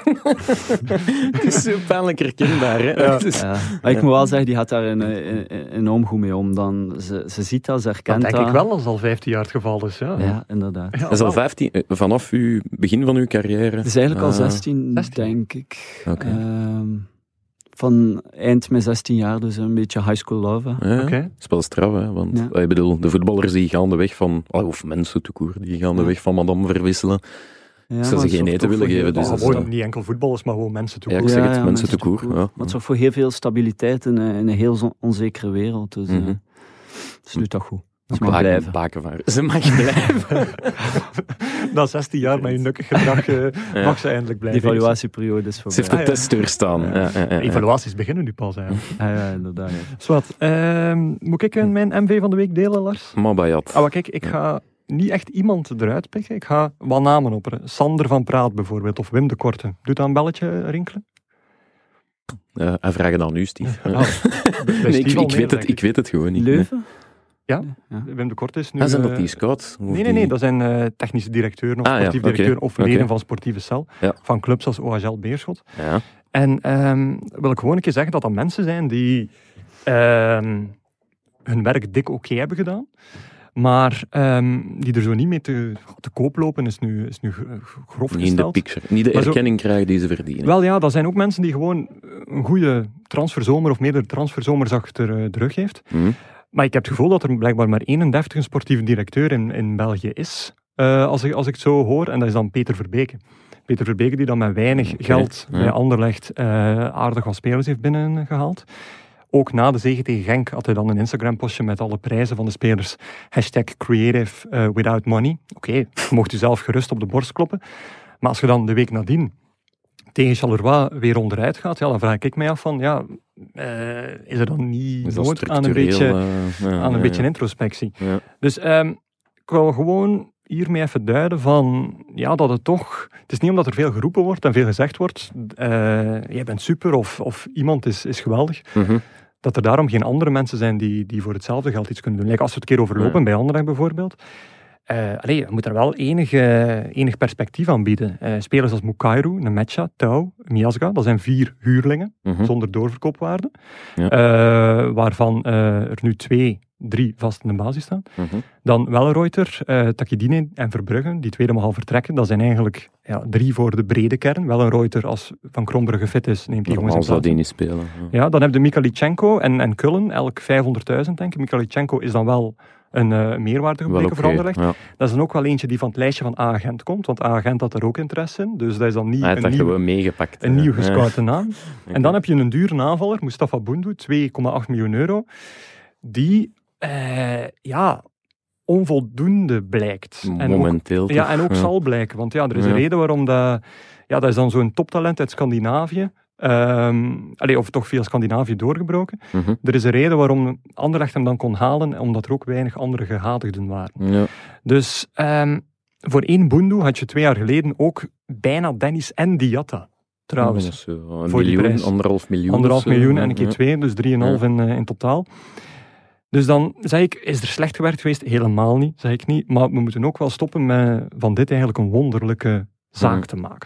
Het is zo pijnlijk herkenbaar, hè? Ja. Maar ik moet wel zeggen, die gaat daar enorm goed mee om. Ze ziet dat, ze herkent dat. Dat denk ik wel, als het al 15 jaar het geval is. Ja, inderdaad. Dat is al 15, vanaf begin van uw carrière? Het is eigenlijk al 16, denk ik. Okay. Van eind mijn 16 jaar, dus een beetje high school love. Ja, dat is wel straf, hè? Want ik bedoel, de voetballers die gaan de weg van, of mensen te koer, die gaan de weg van madame verwisselen. Ja, ze geen eten willen geven. Dus gewoon niet enkel voetballers, maar gewoon mensen te koer. Ja, ik zeg het, mensen te koer. Ja. Maar het zorgt voor heel veel stabiliteit in een heel onzekere wereld. Dus ze doet dat goed. Ze mag blijven. Ze mag blijven. Na 16 jaar met je nukkig gedrag mag ze eindelijk blijven. De evaluatieperiode is voorbij. Ze heeft de test doorstaan. Evaluaties beginnen nu pas eigenlijk. Ja, inderdaad. Zwat, moet ik mijn MV van de week delen, Lars? Mabayat. Kijk, ik ga niet echt iemand eruit pikken. Ik ga wat namen opperen. Sander van Praat bijvoorbeeld, of Wim de Korte. Doet dat een belletje rinkelen? Hij vraagt dan nu, Steve. Nee, ik weet het gewoon niet. Leuven? Ja, Wim de Korte is nu... Zijn dat die scouts? Nee, dat zijn technische directeuren of sportief directeur of leden van sportieve cel. Van clubs als OHL Beerschot. Ja. En wil ik gewoon een keer zeggen dat dat mensen zijn die hun werk dik oké hebben gedaan. Maar die er zo niet mee te koop lopen, is nu grof gesteld. Niet in de picture. Niet de erkenning krijgen die ze verdienen. Wel ja, dat zijn ook mensen die gewoon een goede transferzomer of meerdere transferzomers achter de rug heeft. Maar ik heb het gevoel dat er blijkbaar maar 31 sportieve directeur in België is, als ik het zo hoor. En dat is dan Peter Verbeke. Peter Verbeke die dan met weinig geld bij Anderlecht aardig wat spelers heeft binnengehaald. Ook na de zege tegen Genk had hij dan een Instagram-postje met alle prijzen van de spelers. #creative without money. Oké, mocht u zelf gerust op de borst kloppen. Maar als je dan de week nadien tegen Charleroi weer onderuit gaat, dan vraag ik mij af van, is er dan niet nood aan een beetje introspectie? Ja. Dus ik wil gewoon hiermee even duiden van, dat het toch... Het is niet omdat er veel geroepen wordt en veel gezegd wordt, jij bent super of iemand is geweldig, dat er daarom geen andere mensen zijn die voor hetzelfde geld iets kunnen doen. Als we het een keer overlopen, bij Anderlecht bijvoorbeeld, je moet er wel enig perspectief aan bieden. Spelers als Mukairu, Nemetja, Tau, Miasga, dat zijn 4 huurlingen, zonder doorverkoopwaarde, waarvan er nu 3 vast in de basis staan. Dan Wellenreuter, Takidine en Verbrugge, die tweede mag al vertrekken. Dat zijn eigenlijk 3 voor de brede kern. Wellenreuter, als Van Krombrugge fit is, neemt die jongens in plaats. Zou die niet spelen. Ja, dan heb je Mikhailichenko en Kullen, elk 500.000 denk ik. Mikhailichenko is dan wel een meerwaarde gebleken voor Anderlecht. Ja. Dat is dan ook wel eentje die van het lijstje van A-agent komt, want A-agent had er ook interesse in. Dus dat is dan niet een nieuw gescoute naam. Okay. En dan heb je een dure aanvaller, Mustafa Boundu, €2,8 miljoen, die onvoldoende blijkt. Momenteel. En ook zal blijken. Want er is een reden waarom dat is dan zo'n toptalent uit Scandinavië. Of toch via Scandinavië doorgebroken. Er is een reden waarom Anderlecht hem dan kon halen, omdat er ook weinig andere gehadigden waren. Ja. Dus voor 1 Boundu had je 2 jaar geleden ook bijna Dennis en Diatta. Trouwens. Voor die prijs. 1,5 miljoen. 1,5 miljoen en een keer 2, dus 3,5 in totaal. Dus dan zeg ik, is er slecht gewerkt geweest? Helemaal niet, zeg ik niet. Maar we moeten ook wel stoppen met van dit eigenlijk een wonderlijke zaak te maken.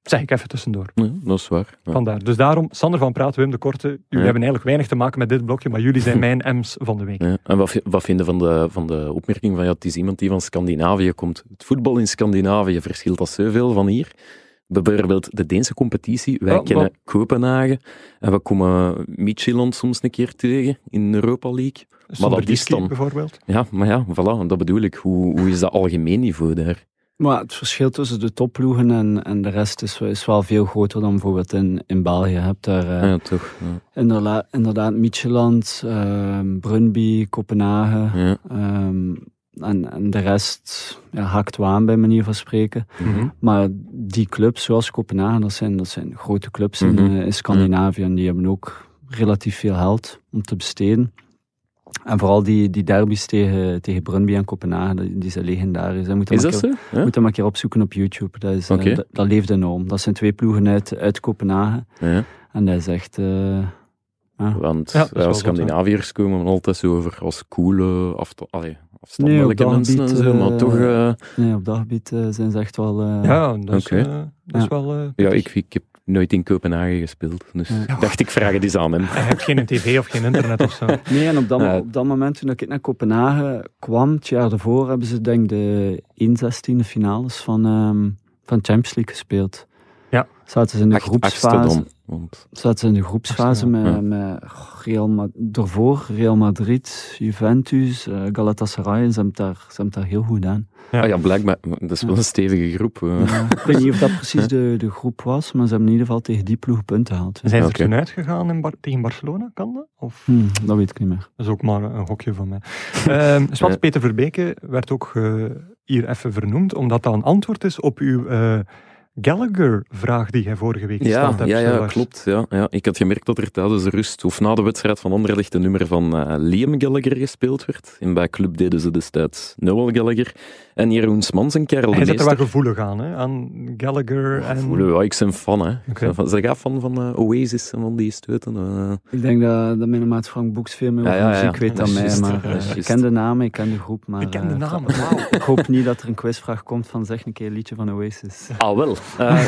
Zeg ik even tussendoor. Ja, dat is waar. Ja. Vandaar. Dus daarom, Sander van Praat, Wim de Korte, jullie hebben eigenlijk weinig te maken met dit blokje, maar jullie zijn mijn M's van de week. Ja. En wat vinden van de opmerking van het is iemand die van Scandinavië komt. Het voetbal in Scandinavië verschilt dat zoveel van hier. Bijvoorbeeld de Deense competitie. Wij kennen Kopenhagen en we komen Midtjylland soms een keer tegen in de Europa League. Maar dat is dan... bijvoorbeeld. Ja, maar ja, voilà, dat bedoel ik. Hoe is dat algemeen niveau daar? Maar het verschil tussen de topploegen en de rest is wel veel groter dan bijvoorbeeld in België. Je hebt daar ja, toch. Ja. Inderdaad Midtjylland, Brøndby, Kopenhagen. Ja. En de rest haakt wel aan bij manier van spreken. Mm-hmm. Maar die clubs, zoals Kopenhagen, dat zijn grote clubs in Scandinavië. En die hebben ook relatief veel geld om te besteden. En vooral die derbies tegen Brøndby en Kopenhagen, die zijn legendarisch. Is dat zo? Ja? Moet dat maar een keer opzoeken op YouTube. Dat leeft enorm. Dat zijn 2 ploegen uit Kopenhagen. Ja. En dat is echt... Want Scandinaviërs komen altijd zo over als coole afstandelijke mensen en zo, maar toch... Nee, op dat gebied zijn ze echt wel... dat is wel... ja, ik heb nooit in Kopenhagen gespeeld, dus dacht ik vraag het eens aan hem. Je hebt geen tv of geen internet of zo. Nee, en op dat moment toen ik naar Kopenhagen kwam, het jaar daarvoor, hebben ze denk ik de 1/16 finales van Champions League gespeeld. Ja. Zaten ze in de groepsfase met Real Madrid, Juventus, Galatasaray. Ze hebben daar heel goed aan. Ja, blijkbaar. Dat is wel een stevige groep. Ik weet niet of dat precies de groep was, maar ze hebben in ieder geval tegen die ploeg punten gehaald. Zijn ze er toen uitgegaan tegen Barcelona? Kan dat? Of? Dat weet ik niet meer. Dat is ook maar een hokje van mij. Peter Verbeke werd ook hier even vernoemd, omdat dat een antwoord is op uw... Gallagher-vraag die jij vorige week gesteld hebt. Ja, klopt. Ja. Ik had gemerkt dat er tijdens de rust, of na de wedstrijd van Anderlecht, een nummer van Liam Gallagher gespeeld werd. En bij Club deden ze destijds Noel Gallagher. En Jeroen Smans en Karel de Meester. Hij zit er wel gevoelig aan Gallagher. Ja, ik ben fan. Hè. Okay. Zeg af van Oasis en van die steuten. Ik denk dat mijn maat Frank Boeks veel meer over muziek weet dan mij. Maar ik ken de namen, ik ken de groep. Maar, ik ken de namen, wauw. Ik hoop niet dat er een quizvraag komt van zeg een keer een liedje van Oasis. Ah, wel.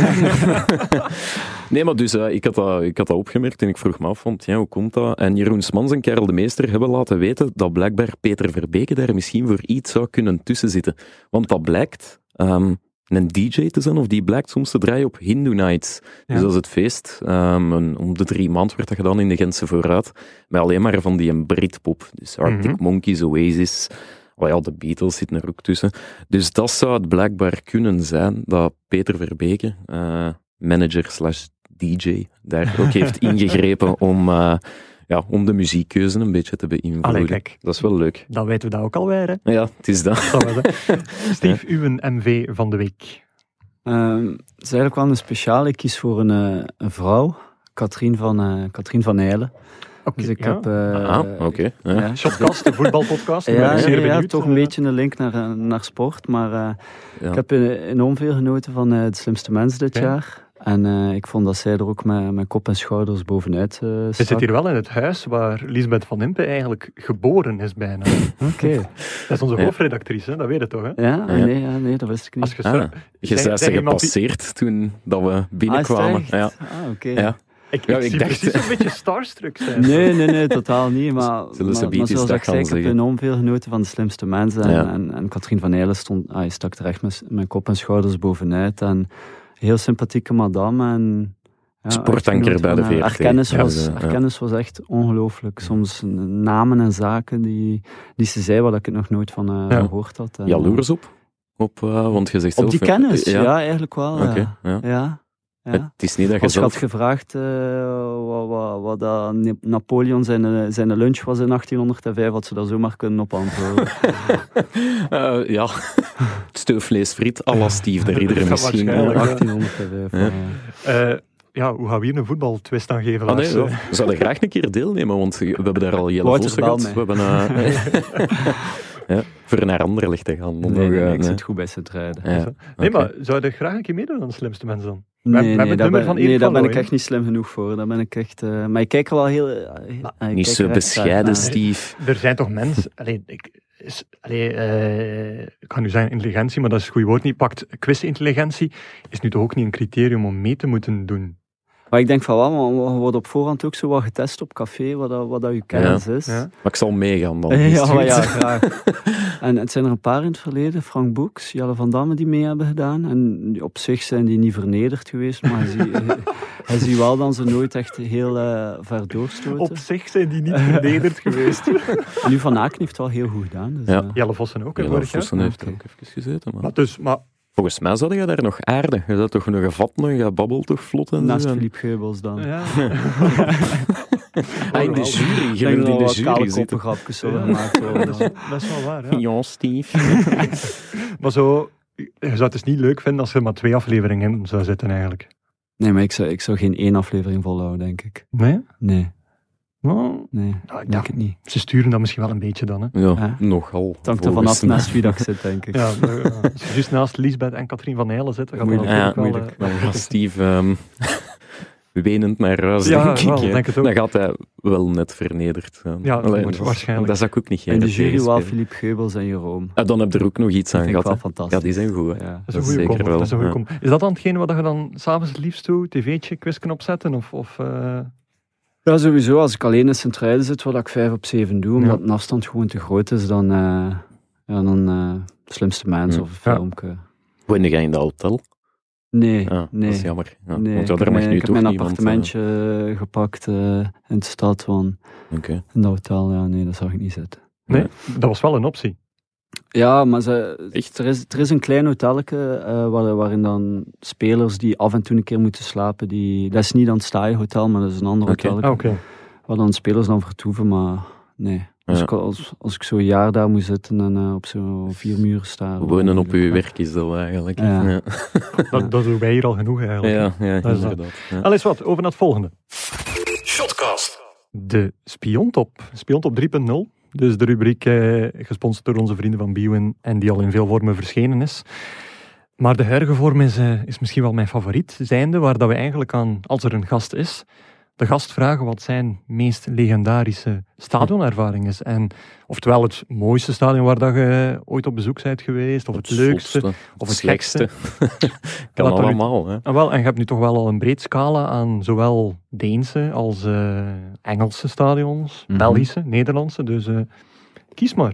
Nee, maar dus ik had dat opgemerkt en ik vroeg me af, hoe komt dat? En Jeroen Smans en Karel de Meester hebben laten weten dat blijkbaar Peter Verbeke daar misschien voor iets zou kunnen tussen zitten. Want dat blijkt een DJ te zijn, of die blijkt soms te draaien op Hindu Nights. Ja. Dus dat is het feest. Om de 3 maanden werd dat gedaan in de Gentse Voorraad. Met alleen maar van die Britpop. Dus Arctic Monkeys, Oasis... de Beatles zitten er ook tussen. Dus dat zou het blijkbaar kunnen zijn dat Peter Verbeke, manager/DJ, daar ook heeft ingegrepen om de muziekkeuze een beetje te beïnvloeden. Allee, kijk. Dat is wel leuk. Dan weten we dat ook alweer, hè? Ja, het is dat. Steve, uw MV van de week. Het is eigenlijk wel een speciaal. Ik kies voor een vrouw, Katrien van Eijlen. Okay, dus ik heb... Shotcast, de voetbalpodcast. Ja, toch een beetje een link naar sport. Maar ik heb enorm veel genoten van De Slimste Mens dit jaar. En ik vond dat zij er ook met kop en schouders bovenuit stak. Je zit hier wel in het huis waar Liesbeth van Impe eigenlijk geboren is bijna. Oké. Dat is onze hoofdredactrice, dat weet je toch? Hè? Ja? Nee, dat wist ik niet. Je zei ze gepasseerd toen dat we binnenkwamen. Oké. Ja. Ik zie precies een beetje starstruck zijn. Nee, totaal niet. Maar zoals ik zei, ik heb enorm veel genoten van De Slimste Mensen. En Katrien van Eijlen stak er echt met kop en schouders bovenuit. En heel sympathieke madame. En, sportanker bij de VRT. Haar kennis was echt ongelooflijk. Soms namen en zaken die ze zei waar ik het nog nooit van gehoord had. Jaloers op? Want je zegt zelf... Op die kennis? Ja, eigenlijk wel. Okay, ja. Het is niet dat je als je had gevraagd wat Napoleon zijn lunch was in 1805, had ze daar zomaar kunnen op antwoorden. Het stoofvleesfriet à la Steve de Ridder misschien. 1805. Hoe gaan we hier een voetbaltwist aan geven? We zouden graag een keer deelnemen, want we hebben daar al Jelle Vossen gehad. We hebben... voor naar Anderlecht te gaan. Ik zit goed bij Sint-Truiden. Nee, maar zou je graag een keer meedoen aan De Slimste Mensen dan? Nee, daar ben ik echt niet slim genoeg voor. Daar ben ik echt... maar ik kijk er wel heel... niet zo bescheiden, Steve. Er zijn toch mensen... ik ga nu zeggen intelligentie, maar dat is een goed woord niet. Pakt quizintelligentie, is nu toch ook niet een criterium om mee te moeten doen? Maar ik denk van wel, maar we worden op voorhand ook zo wat getest op café, wat dat je kennis is. Ja. Maar ik zal meegaan dan. Ja, graag. En het zijn er een paar in het verleden, Frank Boeks, Jelle van Damme, die mee hebben gedaan. En op zich zijn die niet vernederd geweest, maar hij ziet wel dat ze nooit echt heel ver doorstoten. Op zich zijn die niet vernederd geweest. En nu Van Aken heeft het wel heel goed gedaan. Dus, Ja. Jelle Vossen ook. Jelle Vossen heeft er ook even gezeten. Maar volgens mij zat je daar nog aardig. Je zat toch nog gevat, nog gebabbeld toch vlot en naast zo. Philippe Geubels dan. ja. In de jury. Je Ik denk wilt in dat de wat jury kale zitten. koppengrapjes zullen gemaakt worden. Dat is wel waar, ja. Ja, Steve. Maar zo, je zou het dus niet leuk vinden als je maar 2 afleveringen in zou zitten eigenlijk. Nee, maar ik zou geen 1 aflevering volhouden, denk ik. Nee? Nee, Nou, ik ja, denk het niet. ze sturen dat misschien wel een beetje dan, hè. Ja, nogal. Het hangt er vanaf naast wie dat zit, denk ik. Ja, als je juist naast Liesbeth en Katrien van Nijlen zitten, gaat dat Moeilijk, natuurlijk wel... Dan gaat Steve wenend naar huis, Ja, denk ik. wel, hè. denk het ook. Dan gaat hij wel net vernederd zijn. Ja, Allee, waarschijnlijk. Dat zou ik ook niet In de geen jury wel spelen. Philippe Geubels en Jerome. Dan heb je er ook nog iets Dat aan vind ik gehad. wel hè. fantastisch. Ja, die zijn goed. Hè. Ja. Dat is een goede zeker combo. wel, Dat is een goede ja. combo. Is dat dan hetgene wat je dan s'avonds het liefst doet? TV'tje, quizken opzetten? Of Ja, sowieso. Als ik alleen in Sint-Truiden zit, wat ik 5 op 7 doe, omdat Ja. een afstand gewoon te groot is, dan Slimste Mens Ja. of een filmpje. Woonde jij in dat hotel? Nee, Ja, nee. dat is jammer. Ja. Nee, Want ja, ik daar mag nu heb toch mijn niemand... appartementje gepakt in de stad, want Oké. in dat hotel, ja, nee, dat zag ik niet zitten. Nee, dat was wel een optie. Ja, maar Echt? er is een klein hotelletje waarin dan spelers die af en toe een keer moeten slapen, dat is niet dan het Staaij Hotel, maar dat is een ander Oké. hotelletje, Oké. waar dan spelers dan vertoeven, maar nee. Dus Ja. als ik zo'n jaar daar moet zitten en op zo'n 4 muren staan. Wonen op uw werk is dat eigenlijk. Ja. Ja, Dat doen wij hier al genoeg eigenlijk. ja Dat is dat. inderdaad. Ja. Alles wat, over naar het volgende. Shotcast. De Spiontop. Spiontop 3.0. Dus de rubriek gesponsord door onze vrienden van Bwin en die al in veel vormen verschenen is. Maar de huidige vorm is misschien wel mijn favoriet, zijnde waar dat we eigenlijk aan, als er een gast is, de gast vragen wat zijn meest legendarische stadionervaring is. En oftewel het mooiste stadion waar dat je ooit op bezoek bent geweest, of het leukste, zotste, of het slechtste. gekste. Kan Wat er nu- allemaal. Hè. En je hebt nu toch wel al een breed scala aan zowel Deense als Engelse stadions, Mhm. Belgische, Nederlandse. Dus kies maar.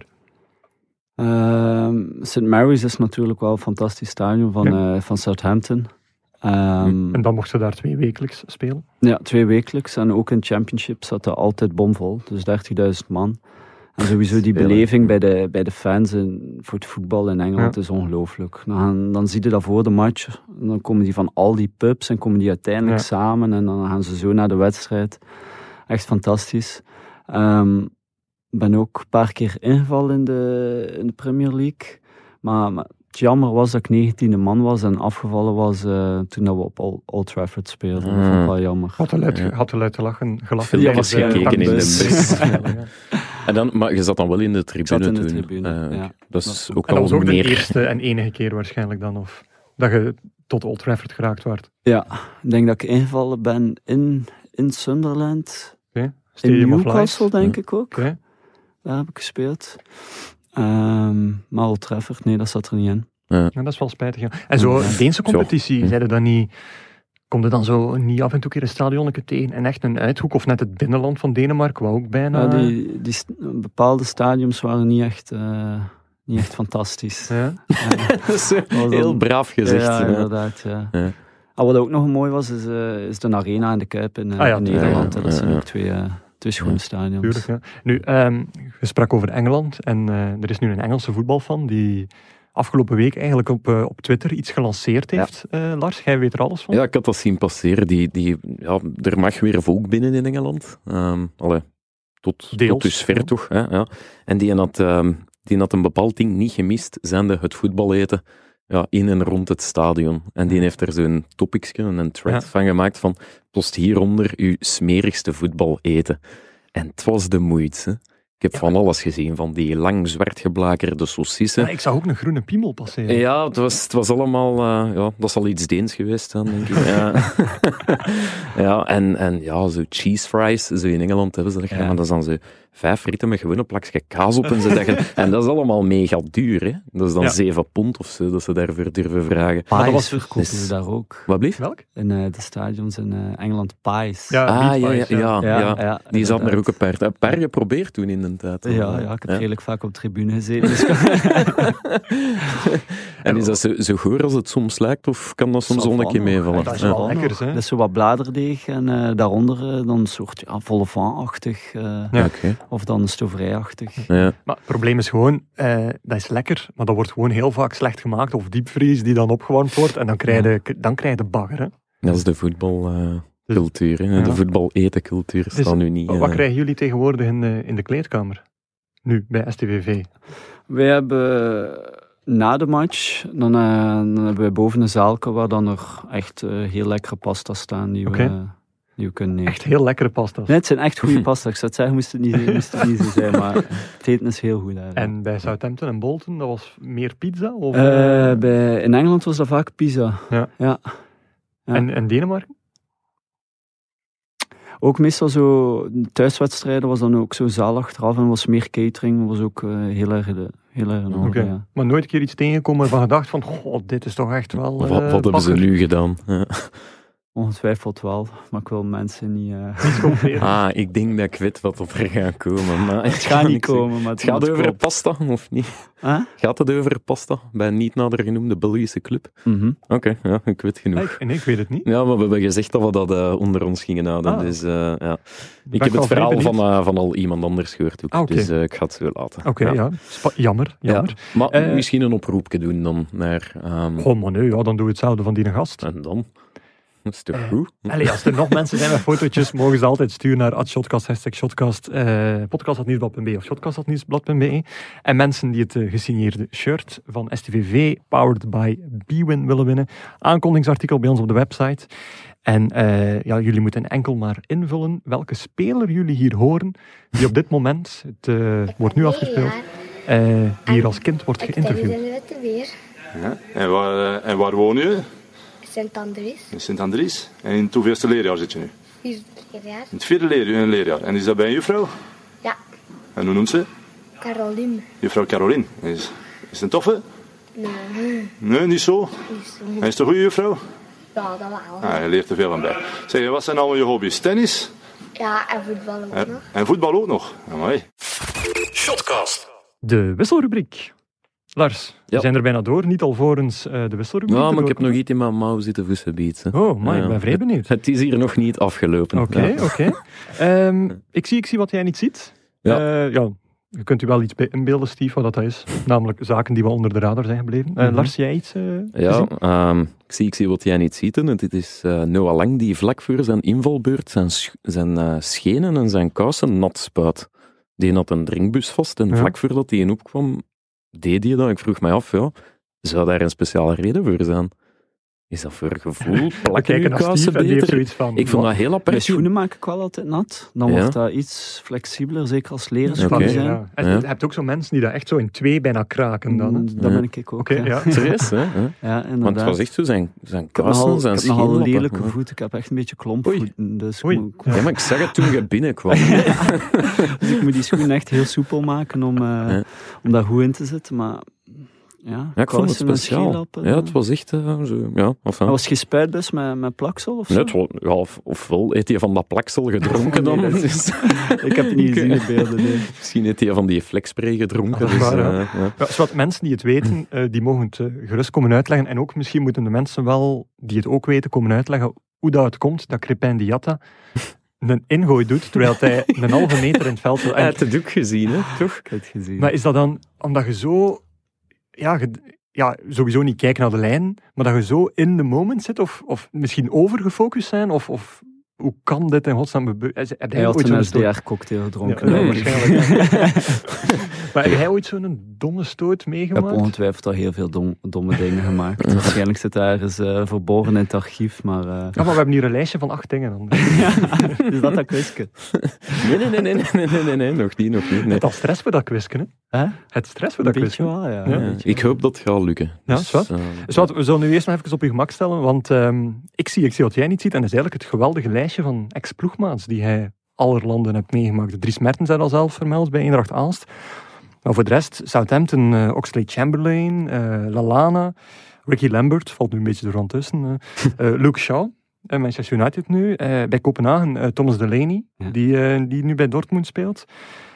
St. Mary's is natuurlijk wel een fantastisch stadion van Southampton. En dan mocht ze daar 2 wekelijks spelen. Ja, 2 wekelijks. En ook in Championship zat er altijd bomvol. Dus 30.000 man. En sowieso die Spelen. beleving bij de fans voor het voetbal in Engeland Ja. is ongelooflijk. Dan zie je dat voor de match. En dan komen die van al die pubs en komen die uiteindelijk Ja. samen. En dan gaan ze zo naar de wedstrijd. Echt fantastisch. Ik ben ook een paar keer ingevallen in de Premier League. Maar het jammer was dat ik 19e man was en afgevallen was toen dat we op Old Trafford speelden. Dat vond ik wel jammer. Had de luid Ja. gelachen. Filmpjes Ja, waarschijnlijk. gekeken in de bus. bus. Maar je zat dan wel in de tribune zat in de toen. tribune, ja. Dat is Dat- ook En dat al was ook de meer... eerste en enige keer waarschijnlijk dan, of dat je tot Old Trafford geraakt werd. Ja, ik denk dat ik ingevallen ben in Sunderland. In Stadium of Newcastle, Light. denk ik ook. Oké. Daar heb ik gespeeld. Maar Old Trafford, nee, dat zat er niet in. Ja, dat is wel spijtig. Ja. En zo, Ja. Deense competitie, Zo. zeiden dan niet... Komt er dan zo niet af en toe een keer een stadionnetje tegen en echt een uithoek, of net het binnenland van Denemarken, wat ook bijna... Ja, die bepaalde stadiums waren niet echt fantastisch. Ja. Dat is was dan- heel braaf gezegd. Ja, Ja. inderdaad, ja. Ja. Wat ook nog mooi was, is de Arena en de Kuip in Ah ja, in Nederland. ja, Dat zijn ja. ook twee schone stadions. Tuurlijk, ja. Nu, je sprak over Engeland en er is nu een Engelse voetbalfan die afgelopen week eigenlijk op Twitter iets gelanceerd heeft. Lars, jij weet er alles van? Ja, ik had dat zien passeren. Er mag weer volk binnen in Engeland. Tot Deels, dusver ja. toch. Hè, ja. En die had een bepaald ding niet gemist, zijnde het voetbal eten in en rond het stadion. En die heeft er zo'n topicsje, een thread Ja. van gemaakt van post hieronder uw smerigste voetbal eten. En het was de moeite. Ik heb van alles gezien, van die lang zwart geblakerde saucissen. Ja, ik zag ook een groene piemel passeren. Ja, het was allemaal... dat is al iets Deens geweest dan, denk ik. Ja, en zo cheese fries, zo in Engeland hebben ze dat. Maar dat is dan zo 5 frieten met gewoon een plakje kaas op. En dat is allemaal mega duur, hè. Dat is dan 7 pond of zo, dat ze daarvoor durven vragen. Pies verkopen ze daar ook. Wat blieft? Welk? In de stadions in Engeland, pies. Ja, Die zaten er ook een paar geprobeerd toen in de tijd. Ja, ik heb redelijk vaak op de tribune gezeten. Dus en is dat zo goor als het soms lijkt, of kan dat soms wel een keer meevallen? Dat is wel lekker, hè? Dat is zo wat bladerdeeg en daaronder dan een soort vol au vent-achtig. Of dan stoverij-achtig. Ja. Maar het probleem is gewoon, dat is lekker, maar dat wordt gewoon heel vaak slecht gemaakt, of diepvries die dan opgewarmd wordt, en dan krijg je bagger, hè? Dat is de voetbalcultuur, hè? De voetbal-eten-cultuur staat nu niet... Wat krijgen jullie tegenwoordig in de kleedkamer? Nu, bij STVV? Wij hebben na de match, dan hebben wij boven een zaalke waar dan er echt heel lekkere pasta staan die we kunnen nemen. Echt heel lekkere pasta's. Nee, het zijn echt goede pasta's. Ik zou het zeggen, moest het niet zo zijn, maar het eten is heel goed daar. En bij Southampton en Bolton, dat was meer pizza? Of, in Engeland was dat vaak pizza. Ja. En Denemarken? Ook meestal zo, thuiswedstrijden was dan ook zo zaal achteraf en was meer catering, was ook heel erg in orde. Ja. Maar nooit een keer iets tegengekomen waarvan gedacht van, dit is toch echt wel... Wat hebben ze nu gedaan? Ja. Ongetwijfeld wel, maar ik wil mensen niet schofferen. Ik denk dat ik weet wat er gaat komen. Maar het gaat niet komen. Maar het gaat over pasta, of niet? Gaat het over pasta bij een niet nader genoemde Belgische club? Mm-hmm. Oké, ik weet genoeg. Ik weet het niet. Ja, maar we hebben gezegd dat we dat onder ons gingen houden. Dus, ik heb het verhaal van al iemand anders gehoord ook. Dus ik ga het zo laten. Oké. Jammer. Ja. Maar misschien een oproepje doen dan naar... maar nee, dan doen we hetzelfde van die gast. En dan... Dat is toch goed? Als er nog mensen zijn met fotootjes, mogen ze altijd sturen naar @shotcast, #shotcast, podcast@nieuwsblad.be of shotcast@nieuwsblad.be. En mensen die het gesigneerde shirt van STVV, powered by Bwin, willen winnen. Aankondigingsartikel bij ons op de website. En jullie moeten enkel maar invullen welke speler jullie hier horen, die op dit moment, het wordt nu afgespeeld, hier als kind wordt geïnterviewd. Ja, en waar woon je? Sint-Andries. In Sint-Andries. En in het hoeveelste leerjaar zit je nu? Vierde leerjaar. In het vierde leerjaar. En is dat bij een juffrouw? Ja. En hoe noemt ze? Caroline. Juffrouw Caroline. Is het een toffe? Nee. Nee, niet zo? Niet zo. En is het een goede juffrouw? Ja, dat wel. Je leert er veel van bij. Zeg, wat zijn allemaal je hobby's? Tennis? Ja, en voetbal ook nog. En voetbal ook nog? Amai. Shotcast. De wisselrubriek. Lars, we zijn er bijna door. Niet alvorens de wisselrubriek. Ja, maar ik heb nog iets in mijn mouw zitten voetsenbieten. Oh, maar ik ben vrij benieuwd. Het is hier nog niet afgelopen. Oké. Ik zie wat jij niet ziet. Je kunt u wel iets bij inbeelden, Steve, wat dat is. Namelijk zaken die wel onder de radar zijn gebleven. Lars, jij iets ik zie wat jij niet ziet. En dit is Noah Lang die vlak voor zijn invalbeurt zijn schenen en zijn kousen nat spuit. Die had een drinkbus vast en vlak voordat hij in opkwam, deed hij dat. Ik vroeg mij af, zou daar een speciale reden voor zijn? Is dat voor gevoel? Plakken uw kousen beter? Ik vond dat heel apart. Mijn schoenen maak ik wel altijd nat. Dan wordt dat iets flexibeler, zeker als leren schoenen zijn. Ja. En je hebt ook zo mensen die dat echt zo in 2 bijna kraken dan. Dat ben ik ook. Serieus, hè? Ja, inderdaad. Want het was echt zo zijn kousen, zijn scheenlappen. Ik heb nogal lelijke voeten. Ik heb echt een beetje klompvoeten. Dus ja, maar ik zag het toen je binnenkwam. Dus ik moet die schoenen echt heel soepel maken om daar goed in te zitten. Maar... Ja, ik vond het speciaal. Ja, het was echt zo. Ja, was het gespuitbus met plaksel of zo? Nee, ofwel heeft hij van dat plaksel gedronken dan. Ik heb het niet gezien in beelden. Nee. Misschien heeft hij van die flexspray gedronken. Wat mensen die het weten, die mogen het gerust komen uitleggen. En ook misschien moeten de mensen wel, die het ook weten, komen uitleggen hoe dat het komt dat Crépin Diatta een ingooi doet, terwijl hij een halve meter in het veld wil. Hij had het ook gezien, hè? Toch? Ik heb het gezien. Maar is dat dan omdat je zo... sowieso niet kijken naar de lijn, maar dat je zo in de moment zit, of misschien overgefocust zijn, of hoe kan dit in godsnaam gebeuren? Hij had een SDR-cocktail gedronken. Ja, waarschijnlijk. Maar heb jij ooit zo'n domme stoot Ik meegemaakt? heb ongetwijfeld al heel veel domme dingen gemaakt. Waarschijnlijk zit daar ergens verborgen in het archief, maar... Ja, maar we hebben hier een lijstje van 8 dingen. Dan. Is dat quizje? Nee, nog niet. Nee. Het al stress voor dat quizje, hè? Hè? Het stress voor Een dat beetje quizje. wel, ja. Ja. Een beetje Ik hoop dat het gaat lukken. Ja, is wat? Dus wat, we zullen nu eerst nog even op je gemak stellen, want ik zie wat jij niet ziet, en dat is eigenlijk het geweldige lijstje van ex-ploegmaats die hij aller landen hebt meegemaakt. Dries Mertens had al zelf vermeld bij Eendracht Aalst. Maar voor de rest, Southampton, Oxlade-Chamberlain, Lallana, Ricky Lambert, valt nu een beetje er rond tussen, Luke Shaw, Manchester United nu, bij Kopenhagen, Thomas Delaney, Ja. die nu bij Dortmund speelt.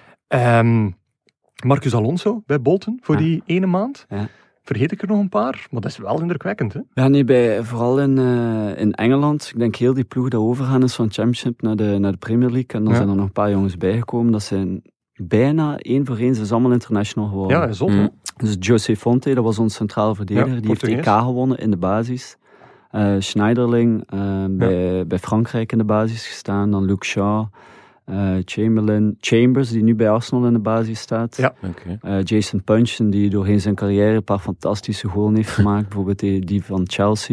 Marcus Alonso bij Bolton voor die ene maand. Ja. Vergeet ik er nog een paar, maar dat is wel indrukwekkend, hè? Ja, nee, vooral in Engeland. Ik denk heel die ploeg dat overgaan is van Championship naar de Premier League. En dan zijn er nog een paar jongens bijgekomen. Dat zijn bijna 1 voor 1. Ze zijn allemaal international geworden. Ja, zot, hè? Dus José Fonte, dat was onze centrale verdediger. Ja, die heeft Portugees. EK gewonnen in de basis. Schneiderling bij Frankrijk in de basis gestaan. Dan Luke Shaw. Chambers, die nu bij Arsenal in de basis staat. Ja. Oké. Jason Puncheon, die doorheen zijn carrière een paar fantastische goals heeft gemaakt. Bijvoorbeeld die van Chelsea.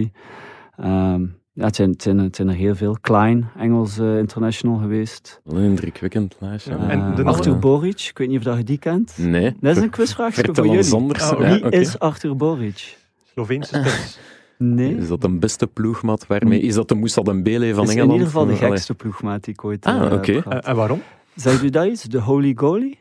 Het zijn er heel veel. Klein, Engels international geweest. Wel een indrukwekkend lijstje. Ja, en de Arthur Boric, ik weet niet of dat je die kent. Nee. Dat is een quizvraagje Vertel voor ons jullie. anders. Oh, Ja, Wie oké. is Arthur Boric? Sloveense spits. Nee. Is dat een beste ploegmaat waarmee? Is dat de Moussa Dembele van is Engeland? in ieder geval de Allee. gekste ploegmaat die ik ooit Oké. heb gehad. En waarom? Zegt u dat iets? De Holy Goalie?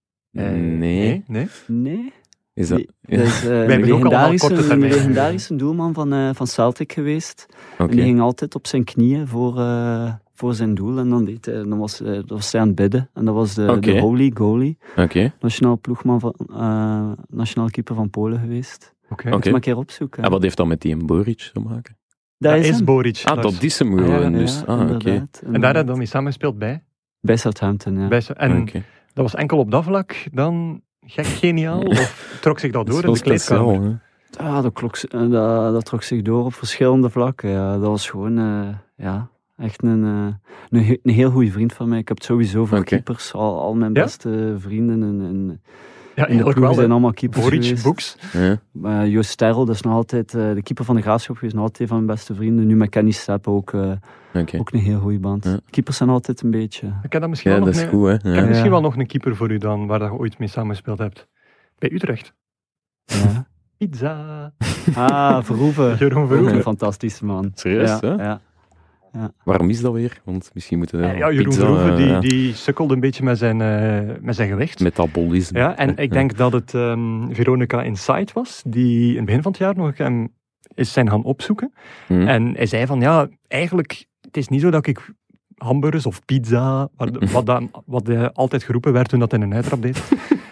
Nee. Nee. Is dat... Dat is hebben ook allemaal korte een termijn. legendarische doelman van Celtic geweest. Oké. En die ging altijd op zijn knieën voor zijn doel. En dan was hij aan het bidden. En dat was de Oké. Holy Goalie. Oké. Nationaal ploegman nationaal keeper van Polen geweest. Oké. Oké. Moet je maar een keer opzoeken. En wat heeft dat met die Boric te maken? Dat Dat is hem. Boric. Ah, dat is hem gewoon. Dus. Oké. inderdaad. En daar heb je dan mee samengespeeld bij? Bij Southampton, ja. En Oké. dat was enkel op dat vlak dan gek geniaal? Of trok zich dat door in Dat de is wel kleedkamer? speciaal, hè? Ja, dat trok zich door op verschillende vlakken. Ja. Dat was gewoon echt een heel goede vriend van mij. Ik heb het sowieso voor Oké. keepers. Al mijn Ja? beste vrienden Ja, in de eigenlijk ploeg wel. zijn hè. allemaal keepers Boric, geweest. Boeks. Ja. Joost Sterrel, dat is nog altijd de keeper van de Graafschap geweest. Nog altijd een van mijn beste vrienden. Nu met Kenny Stepp ook een heel goede band. Ja. Keepers zijn altijd een beetje... Ik heb dat misschien Ja, wel dat nog is een- goed, hè? Ik heb Ja. misschien wel nog een keeper voor u dan, waar je ooit mee samengespeeld hebt. Bij Utrecht. Ja. Pizza. Verhoeven. Jeroen Verhoeven. Een fantastische man. Serieus, ja, hè? ja. Waarom is dat weer? Want misschien moeten we... Ja, Jeroen pizza, Verhoeven die sukkelde een beetje met zijn gewicht. Metabolisme. Ja, en ik denk dat het Veronica Inside was, die in het begin van het jaar nog hem is zijn gaan opzoeken. Hm. En hij zei van, ja, eigenlijk, het is niet zo dat ik hamburgers of pizza, wat altijd geroepen werd toen dat in een uittrap deed,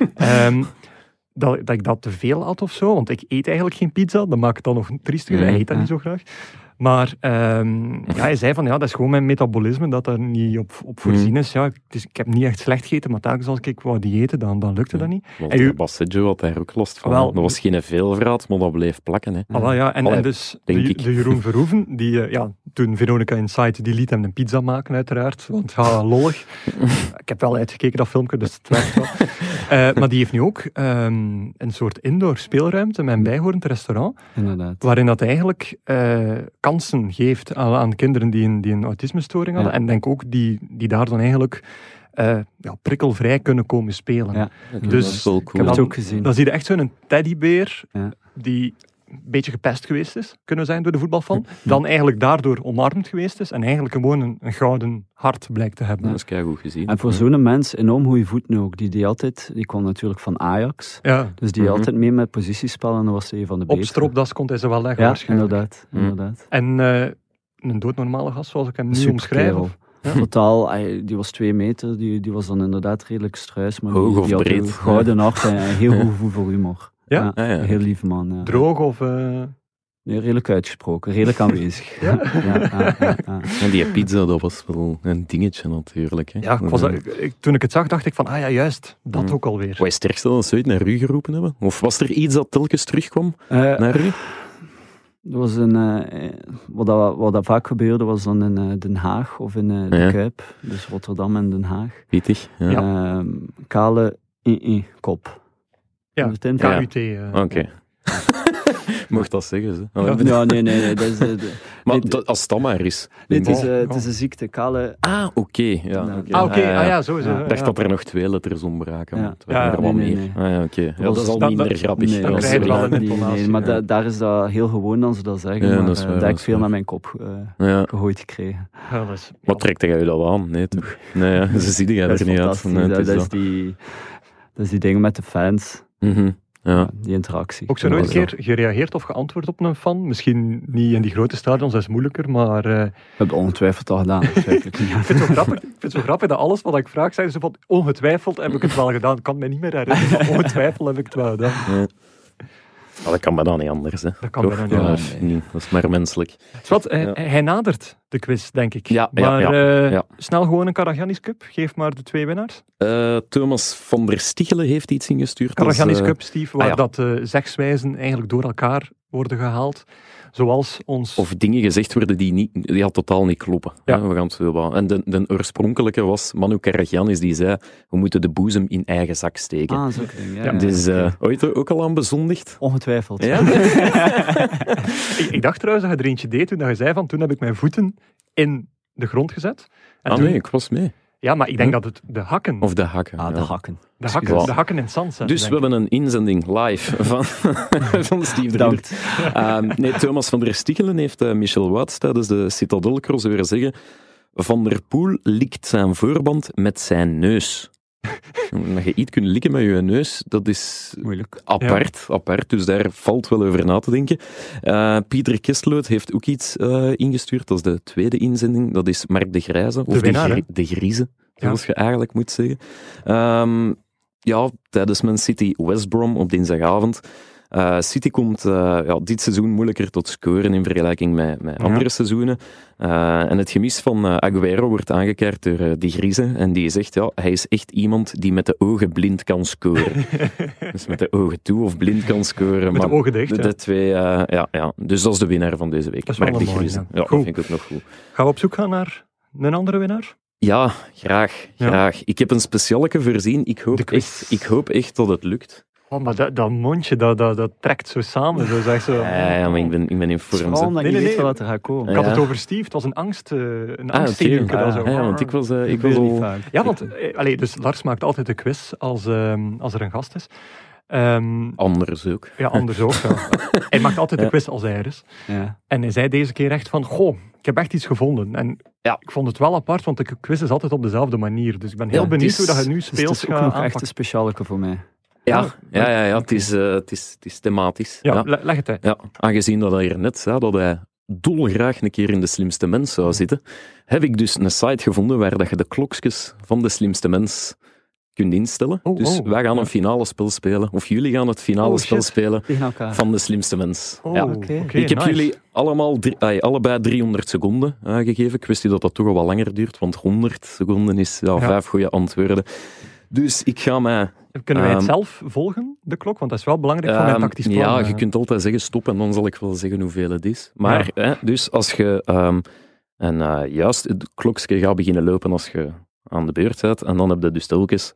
dat ik dat te veel had of zo, want ik eet eigenlijk geen pizza, dat maakt het dan nog triestiger, hij eet dat niet zo graag. Maar hij zei van, ja, dat is gewoon mijn metabolisme, dat daar niet op voorzien is. Ja, ik heb niet echt slecht gegeten, maar telkens als ik wou diëten, dan lukte dat niet. Want u- Basseggio had daar ook last van. Wel, dat was geen veelvraat, maar dat bleef plakken. Hè. Ah, wel, ja. En Allee, dus denk de ik. Jeroen Verhoeven, die toen Veronica Inside, die liet hem een pizza maken uiteraard, want lollig. Ik heb wel uitgekeken dat filmpje, dus het werkt wel. Maar die heeft nu ook een soort indoor speelruimte met een bijhorend restaurant, Inderdaad. waarin dat eigenlijk kansen geeft aan kinderen die een autismestoring hadden. Ja. En denk ook die daar dan eigenlijk prikkelvrij kunnen komen spelen. Ja. Dus dat is wel Ik cool. heb het Dan- ook gezien. Dan zie je echt zo'n teddybeer Ja. die een beetje gepest geweest is, kunnen zijn door de voetbalfan. Dan eigenlijk daardoor omarmd geweest is en eigenlijk gewoon een gouden hart blijkt te hebben. Dat is keigoed gezien. En voor zo'n mens enorm goede voeten ook. Die kwam natuurlijk van Ajax. Ja, Dus die altijd mee met positiespel en dan was hij een van de op betere. stropdas kon hij ze wel leggen Ja, waarschijnlijk. inderdaad. En een doodnormale gast, zoals ik hem nu Superkerel. omschrijf. Ja. Totaal, die was 2 meter, die was dan inderdaad redelijk struis, maar Hoog die of had breed, een gouden hart en een heel goed gevoel voor humor. Ja? Ja, ja. Een heel lieve man. Ja. Droog of... Nee, redelijk uitgesproken, redelijk aanwezig. Ja? Ja. En die pizza, dat was wel een dingetje natuurlijk. Hè. Ja, toen ik het zag, dacht ik van, ah ja, juist, dat Mhm. ook alweer. Wat is het sterkste dat ze ooit naar u geroepen hebben? Of was er iets dat telkens terugkwam naar u? Er was wat dat vaak gebeurde, was dan in Den Haag of in de Ja. Kuip. Dus Rotterdam en Den Haag. Pittig. Ja. Kale Kop. Ja, KUT. Oké. Mocht dat zeggen, ze. Ja, nee. Dat is, maar als dat maar is. Nee, het is een ziekte, kale... Oké. Ja, sowieso. Ik dacht dat er nog 2 letters ontbraken. Ja. Maar er wat meer. Oké. Ja, dat is al minder grappig. Dan krijg je wel een intonatie. Maar daar is dat heel gewoon dan ze dat zeggen. Ja, maar dat is waar, dat dat heb ik is veel waar. naar mijn kop gegooid gekregen. Wat trekt jij dat aan? Nee, toch? Nee, ze zien jij er niet uit. Nee, dat is die dingen met de fans. Ja. Die interactie. Ook zo nooit een keer gereageerd of geantwoord op een fan? Misschien niet in die grote stadions, dat is moeilijker, maar... Ik heb het ongetwijfeld al gedaan. Ik vind het zo grappig dat alles wat ik vraag, zeggen ze van ongetwijfeld heb ik het wel gedaan. Ik kan me niet meer herinneren, maar ongetwijfeld heb ik het wel gedaan. Ja. Maar dat kan me dan niet anders. Hè. Dat kan me dan niet anders. Nee, dat is maar menselijk. Hij nadert de quiz, denk ik. Ja, maar snel gewoon een Karagiannis Cup. Geef maar de 2 winnaars. Thomas van der Stichelen heeft iets ingestuurd. Karagiannis Cup, Steve, waar dat zegswijzen eigenlijk door elkaar worden gehaald. Zoals ons... Of dingen gezegd worden die totaal niet kloppen. Ja. We gaan het zo wel. En de oorspronkelijke was Manu Karagiannis, die zei, we moeten de boezem in eigen zak steken. Zo'n ding. Dus ooit ook al aan bezondigd? Ongetwijfeld. Ja? ik dacht trouwens dat je er eentje deed toen je zei van, toen heb ik mijn voeten in de grond gezet. En Nee, ik was mee. Ja, maar ik denk dat het de hakken... Of de hakken. De hakken. De hakken in het zand zijn. Dus we hebben een inzending live van Steve de Ridder. Thomas van der Stichelen heeft Michel Wouts tijdens de Citadel Cross horen zeggen: Van der Poel likt zijn voorband met zijn neus. Dat je iets kunt likken met je neus, dat is moeilijk. Apart, dus daar valt wel over na te denken. Pieter Kestloot heeft ook iets ingestuurd, dat is de tweede inzending, dat is Mark de Grijze, of de Grieze, zoals je eigenlijk moet zeggen. Tijdens Man City West Brom op dinsdagavond. City komt dit seizoen moeilijker tot scoren in vergelijking met andere seizoenen. En het gemis van Aguero wordt aangekaart door de Grieze. En die zegt, hij is echt iemand die met de ogen blind kan scoren. Dus met de ogen toe of blind kan scoren. Met de ogen dicht, de twee, Dus dat is de winnaar van deze week. Dat is wel de mooi, Grieze. Ja, dat vind ik ook nog goed. Gaan we op zoek gaan naar een andere winnaar? Ja, graag. Ik heb een specialeke voorzien. Ik hoop echt dat het lukt. Oh, maar dat mondje, dat trekt zo samen. Zo, zeg zo. Ja, maar ik ben in vorm. Vooral omdat je weet wat er gaat komen. Ik had het over Steve, het was een angststudie. Want ik was al... Ja, want dus Lars maakt altijd de quiz als er een gast is. Anders ook. Ja, anders ook. Ja. Hij maakt altijd de quiz als hij er is. Ja. En hij zei deze keer echt van, ik heb echt iets gevonden. En ik vond het wel apart, want de quiz is altijd op dezelfde manier. Dus ik ben heel benieuwd hoe dat je nu speelt. Het is ook nog echt een specialeke voor mij. Het is thematisch. Ja, leg het uit. Ja, aangezien dat hij hier net zei dat hij dolgraag een keer in De Slimste Mens zou zitten, heb ik dus een site gevonden waar dat je de klokjes van De Slimste Mens kunt instellen. Wij gaan een finale spel spelen, of jullie gaan het finale spel spelen van De Slimste Mens. Ik heb jullie allebei 300 seconden gegeven. Kwestie dat toch al wat langer duurt, want 100 seconden is 5 goede antwoorden. Dus ik ga mij... Kunnen wij het zelf volgen, de klok? Want dat is wel belangrijk voor mijn tactisch plan. Ja, je kunt altijd zeggen stop en dan zal ik wel zeggen hoeveel het is. Maar dus als je... juist, het klokje gaat beginnen lopen als je aan de beurt bent. En dan heb je dus telkens...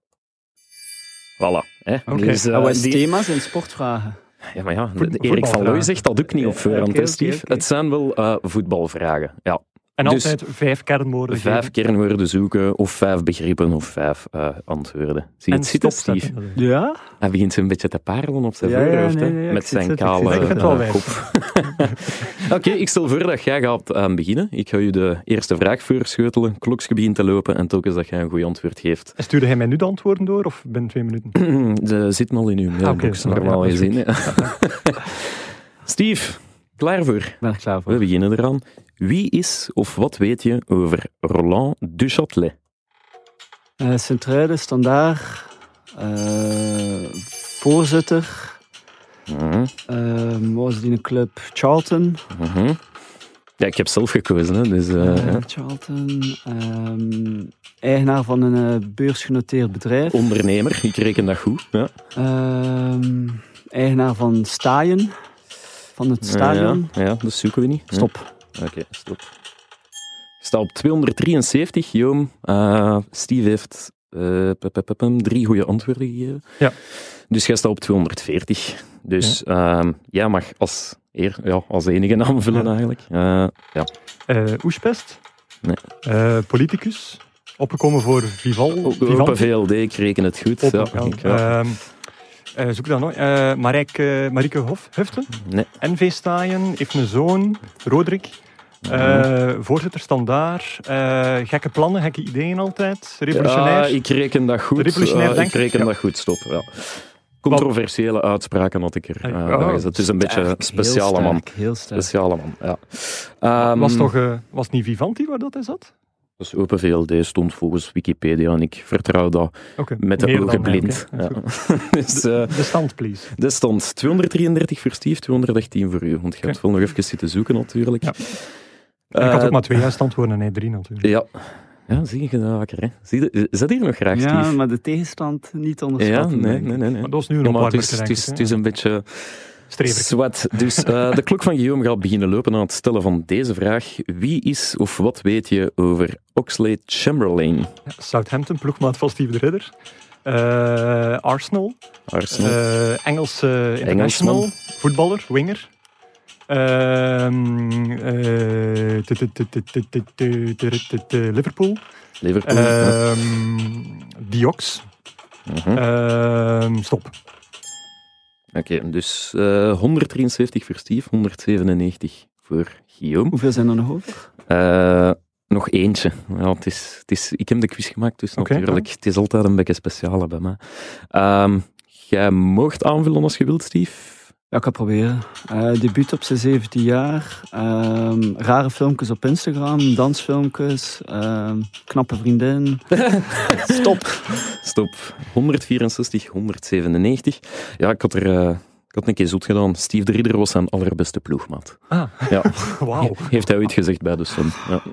Voilà. Dus, thema's en sportvragen. Ja, maar Erik van Looy zegt dat ook niet op voorhand, Steve. Het zijn wel voetbalvragen, ja. En altijd 5 kernwoorden 5 kernwoorden zoeken, of 5 begrippen, of 5 antwoorden. Zie je het zitten, Steve? Ja? Hij begint zo'n beetje te parelen op zijn voorhoofd, met zijn kale kop. Oké, ik stel voor dat jij gaat beginnen. Ik ga je de eerste vraag voorschotelen, klokje begint te lopen, en telkens dat jij een goed antwoord geeft. En stuurde hij mij nu de antwoorden door, of binnen 2 minuten? Ze zitten al in uw mailbox, normaal gezien. Steve, klaar voor? Ben ik klaar voor. We beginnen eraan. Wie is of wat weet je over Roland Duchâtelet? Sint-Truiden, Standaard, voorzitter. Wat was die een club? Charlton. Ja, ik heb zelf gekozen. Hè, dus, Charlton. Eigenaar van een beursgenoteerd bedrijf. Ondernemer, ik reken dat goed. Ja. Eigenaar van Staaien. Van het stadion. Ja, dat zoeken we niet. Stop. Oké, stop. Ik sta op 273, Joom. Steve heeft 3 goede antwoorden gegeven. Ja. Dus jij staat op 240. Dus jij mag als enige aanvullen eigenlijk. Oespest? Nee. Politicus? Opgekomen voor Open VLD, ik reken het goed. Zoek dan nog. Marieke Huften? Nee. NV Staaien, heeft een zoon, Roderick. Voorzitter Standaard. Gekke plannen, gekke ideeën altijd. Revolutionair. Ja, ik reken dat goed. Revolutionair, dat goed, stop. Ja. Controversiële uitspraken had ik er bij gezet. Het is een beetje een speciale man. Heel sterk. Speciale man, ja. Was het niet Vivanti waar dat hij zat? Dus Open VLD stond volgens Wikipedia en ik vertrouw dat met de ogen blind. Okay. Dus, de stand, please. De stand. 233 voor Steve, 218 voor u. Want je hebt wel nog even zitten zoeken natuurlijk. Ja. Ik had ook maar 2 juiste antwoorden en hij 3 natuurlijk. Ja, zie je dat wakker, hè? Zit hier nog graag, Steve? Ja, maar de tegenstand niet onderschatten. Nee. Maar dat is nu een opwarmer. Het is een beetje... Strever. Zwart. Dus de klok van Guillaume gaat beginnen lopen aan het stellen van deze vraag. Wie is of wat weet je over Oxlade Chamberlain? Ja, Southampton, ploegmaat van Steve de Ridder. Arsenal. Engelse international. Voetballer, winger. Liverpool. Diox. Stop. Oké, dus 173 voor Steve, 197 voor Guillaume. Hoeveel zijn er nog over? Nog eentje. Ja, ik heb de quiz gemaakt, dus natuurlijk. Het is altijd een beetje speciale bij mij. Jij mocht aanvullen als je wilt, Steve. Ja, ik ga proberen. Debuut op zijn 17 jaar. Rare filmpjes op Instagram, dansfilmpjes, knappe vriendin. Stop. 164, 197. Ja, ik had een keer zoet gedaan. Steve de Ridder was zijn allerbeste ploegmaat. Ja. Wauw. Heeft hij ooit gezegd bij de Sun. Ja.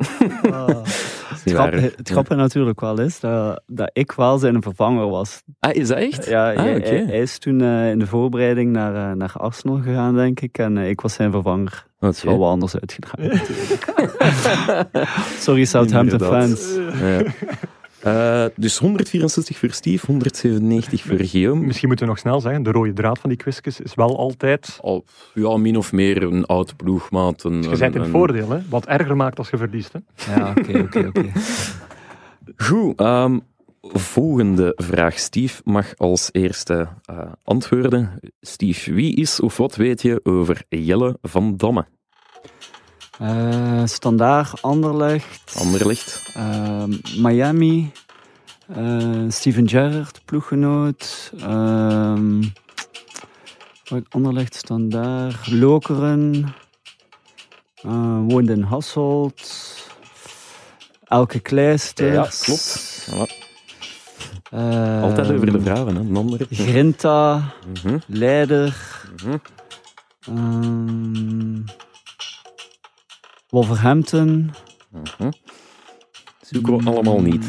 Het grappige natuurlijk wel is dat ik wel zijn vervanger was. Is dat echt? Ja, hij is toen in de voorbereiding naar Arsenal gegaan, denk ik. En ik was zijn vervanger. Dat is wel wat anders uitgedraaid natuurlijk. Sorry Southampton fans. Dus 164 voor Steve, 197 voor Guillaume. Misschien moeten we nog snel zeggen, de rode draad van die quizjes is wel altijd... min of meer een oud ploegmaat. Dus je bent in het voordeel, hè? Wat erger maakt als je verliest. Hè? Ja, oké. Goed, volgende vraag. Steve mag als eerste antwoorden. Steve, wie is of wat weet je over Jelle van Damme? Standaard, Anderlecht. Miami. Steven Gerrard, ploeggenoot. Anderlecht, Standaard. Lokeren. Woonde in Hasselt. Elke Kleisters. Ja, klopt. Voilà. Altijd over de vrouwen, hè? Andere. Grinta. Leider. Wolverhampton. Zoeken we allemaal niet.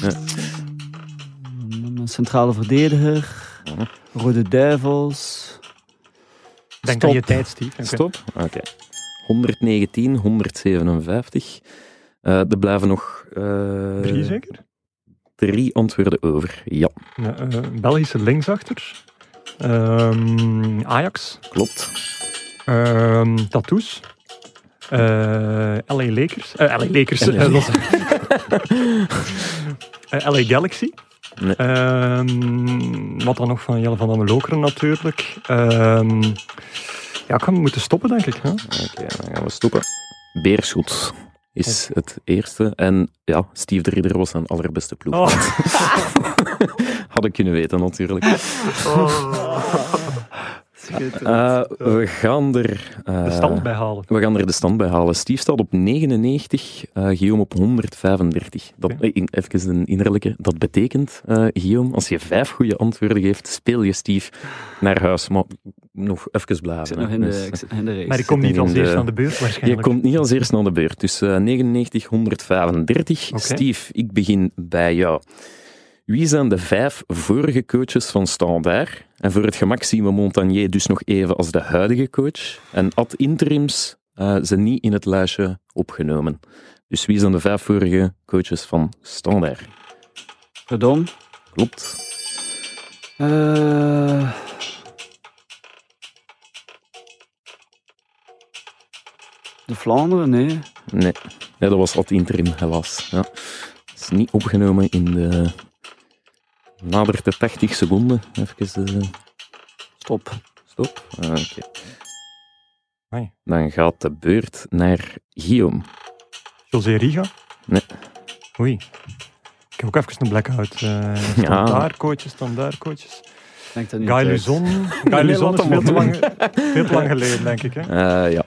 Centrale verdediger. Rode Duivels. Denk aan je tijd, Steve. Okay. Stop. Oké. 119, 157. Er blijven nog... 3 zeker? 3 antwoorden over, ja. Belgische linksachter. Ajax. Klopt. Tattoos. LA Lakers. LA Galaxy. Nee. Wat dan nog van Jelle van Damme Lokeren natuurlijk. Ik ga moeten stoppen, denk ik. Hè? Oké, dan gaan we stoppen. Beerschot is het eerste. En ja, Steve de Ridder was zijn allerbeste ploeg. Had ik kunnen weten, natuurlijk. We gaan er... de stand bij halen. We gaan er de stand bij halen. Steve staat op 99, Guillaume op 135. Even een innerlijke. Dat betekent, Guillaume, als je 5 goede antwoorden geeft, speel je Steve naar huis. Maar nog even blijven. Ik zit nog in de race. Maar ik kom niet als eerst aan de beurt, waarschijnlijk. Je komt niet als eerst aan de beurt. Dus 99, 135. Okay. Steve, ik begin bij jou. Wie zijn de 5 vorige coaches van Standaard? En voor het gemak zien we Montagnier dus nog even als de huidige coach. En ad interims zijn niet in het lijstje opgenomen. Dus wie zijn de 5 vorige coaches van Standaard? Verdon, Klopt. De Vlaanderen, nee. Nee, dat was ad interim, helaas. Ja. Het is niet opgenomen in de nader de 80 seconden. Even Stop. Oké. Amai. Dan gaat de beurt naar Guillaume. José Riga? Nee. Oei. Ik heb ook even een blackout. Standaardcoaches. Denk dat niet Guy uit. Luzon. Guy Luzon is veel te lang geleden, denk ik. Hè? Ja.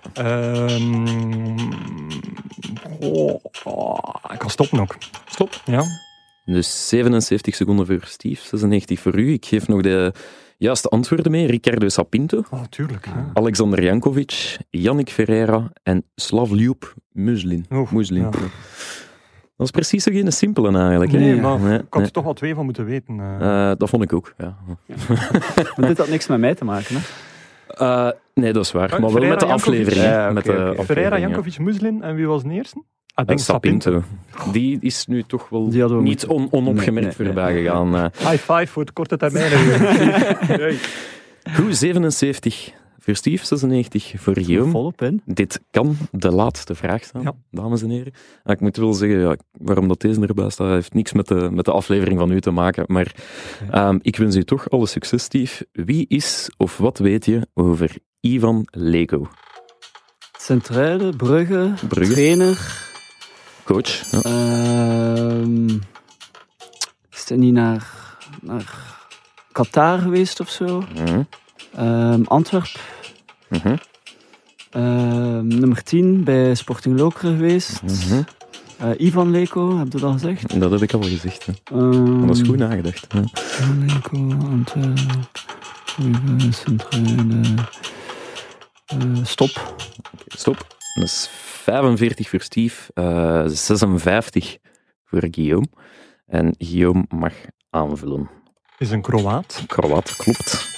Ik kan stoppen ook. Stop. Ja. Dus 77 seconden voor Steve, 96 voor u. Ik geef nog de juiste antwoorden mee. Ricardo Sapinto, Oh, tuurlijk. Ja. Alexander Jankovic, Yannick Ferreira en Slavljub Muslin. Ja. Dat is precies zo geen simpele eigenlijk. Nee, hè? maar Nee, ik had er toch wel 2 van moeten weten. dat vond ik ook, ja. Maar dit had niks met mij te maken, hè? Nee, dat is waar. Maar wel Ferreira, met de Jankovic. aflevering. Ja, hè. oké, Met de oké. aflevering, Ferreira, ja. Jankovic, Muslin. En wie was de eerste? Ik denk Sapinto. Die is nu toch wel Die hadden we niet onopgemerkt Nee. voorbij gegaan. High five voor de korte termijn. Hey. Goed, 77 voor Steve, 96 voor Guillaume. Volop in. Dit kan de laatste vraag zijn, Ja. dames en heren. Ik moet wel zeggen, waarom dat deze erbij staat, heeft niks met de aflevering van u te maken. Maar ik wens u toch alle succes, Steve. Wie is of wat weet je over Ivan Leko? Centruiden, Brugge, trainer. Coach. Ja. Is hij niet naar Qatar geweest of zo? Antwerp. Nummer 10 bij Sporting Lokeren geweest. Ivan Leko, heb je dat al gezegd? Dat heb ik al gezegd. Hè. Dat is goed nagedacht. Hè. Ivan Leko, Antwerp, Brugge, Centruiden. Stop. Stop. Dat is 45 voor Steve, 56 voor Guillaume. En Guillaume mag aanvullen. Is een Kroaat. Kroaat, klopt.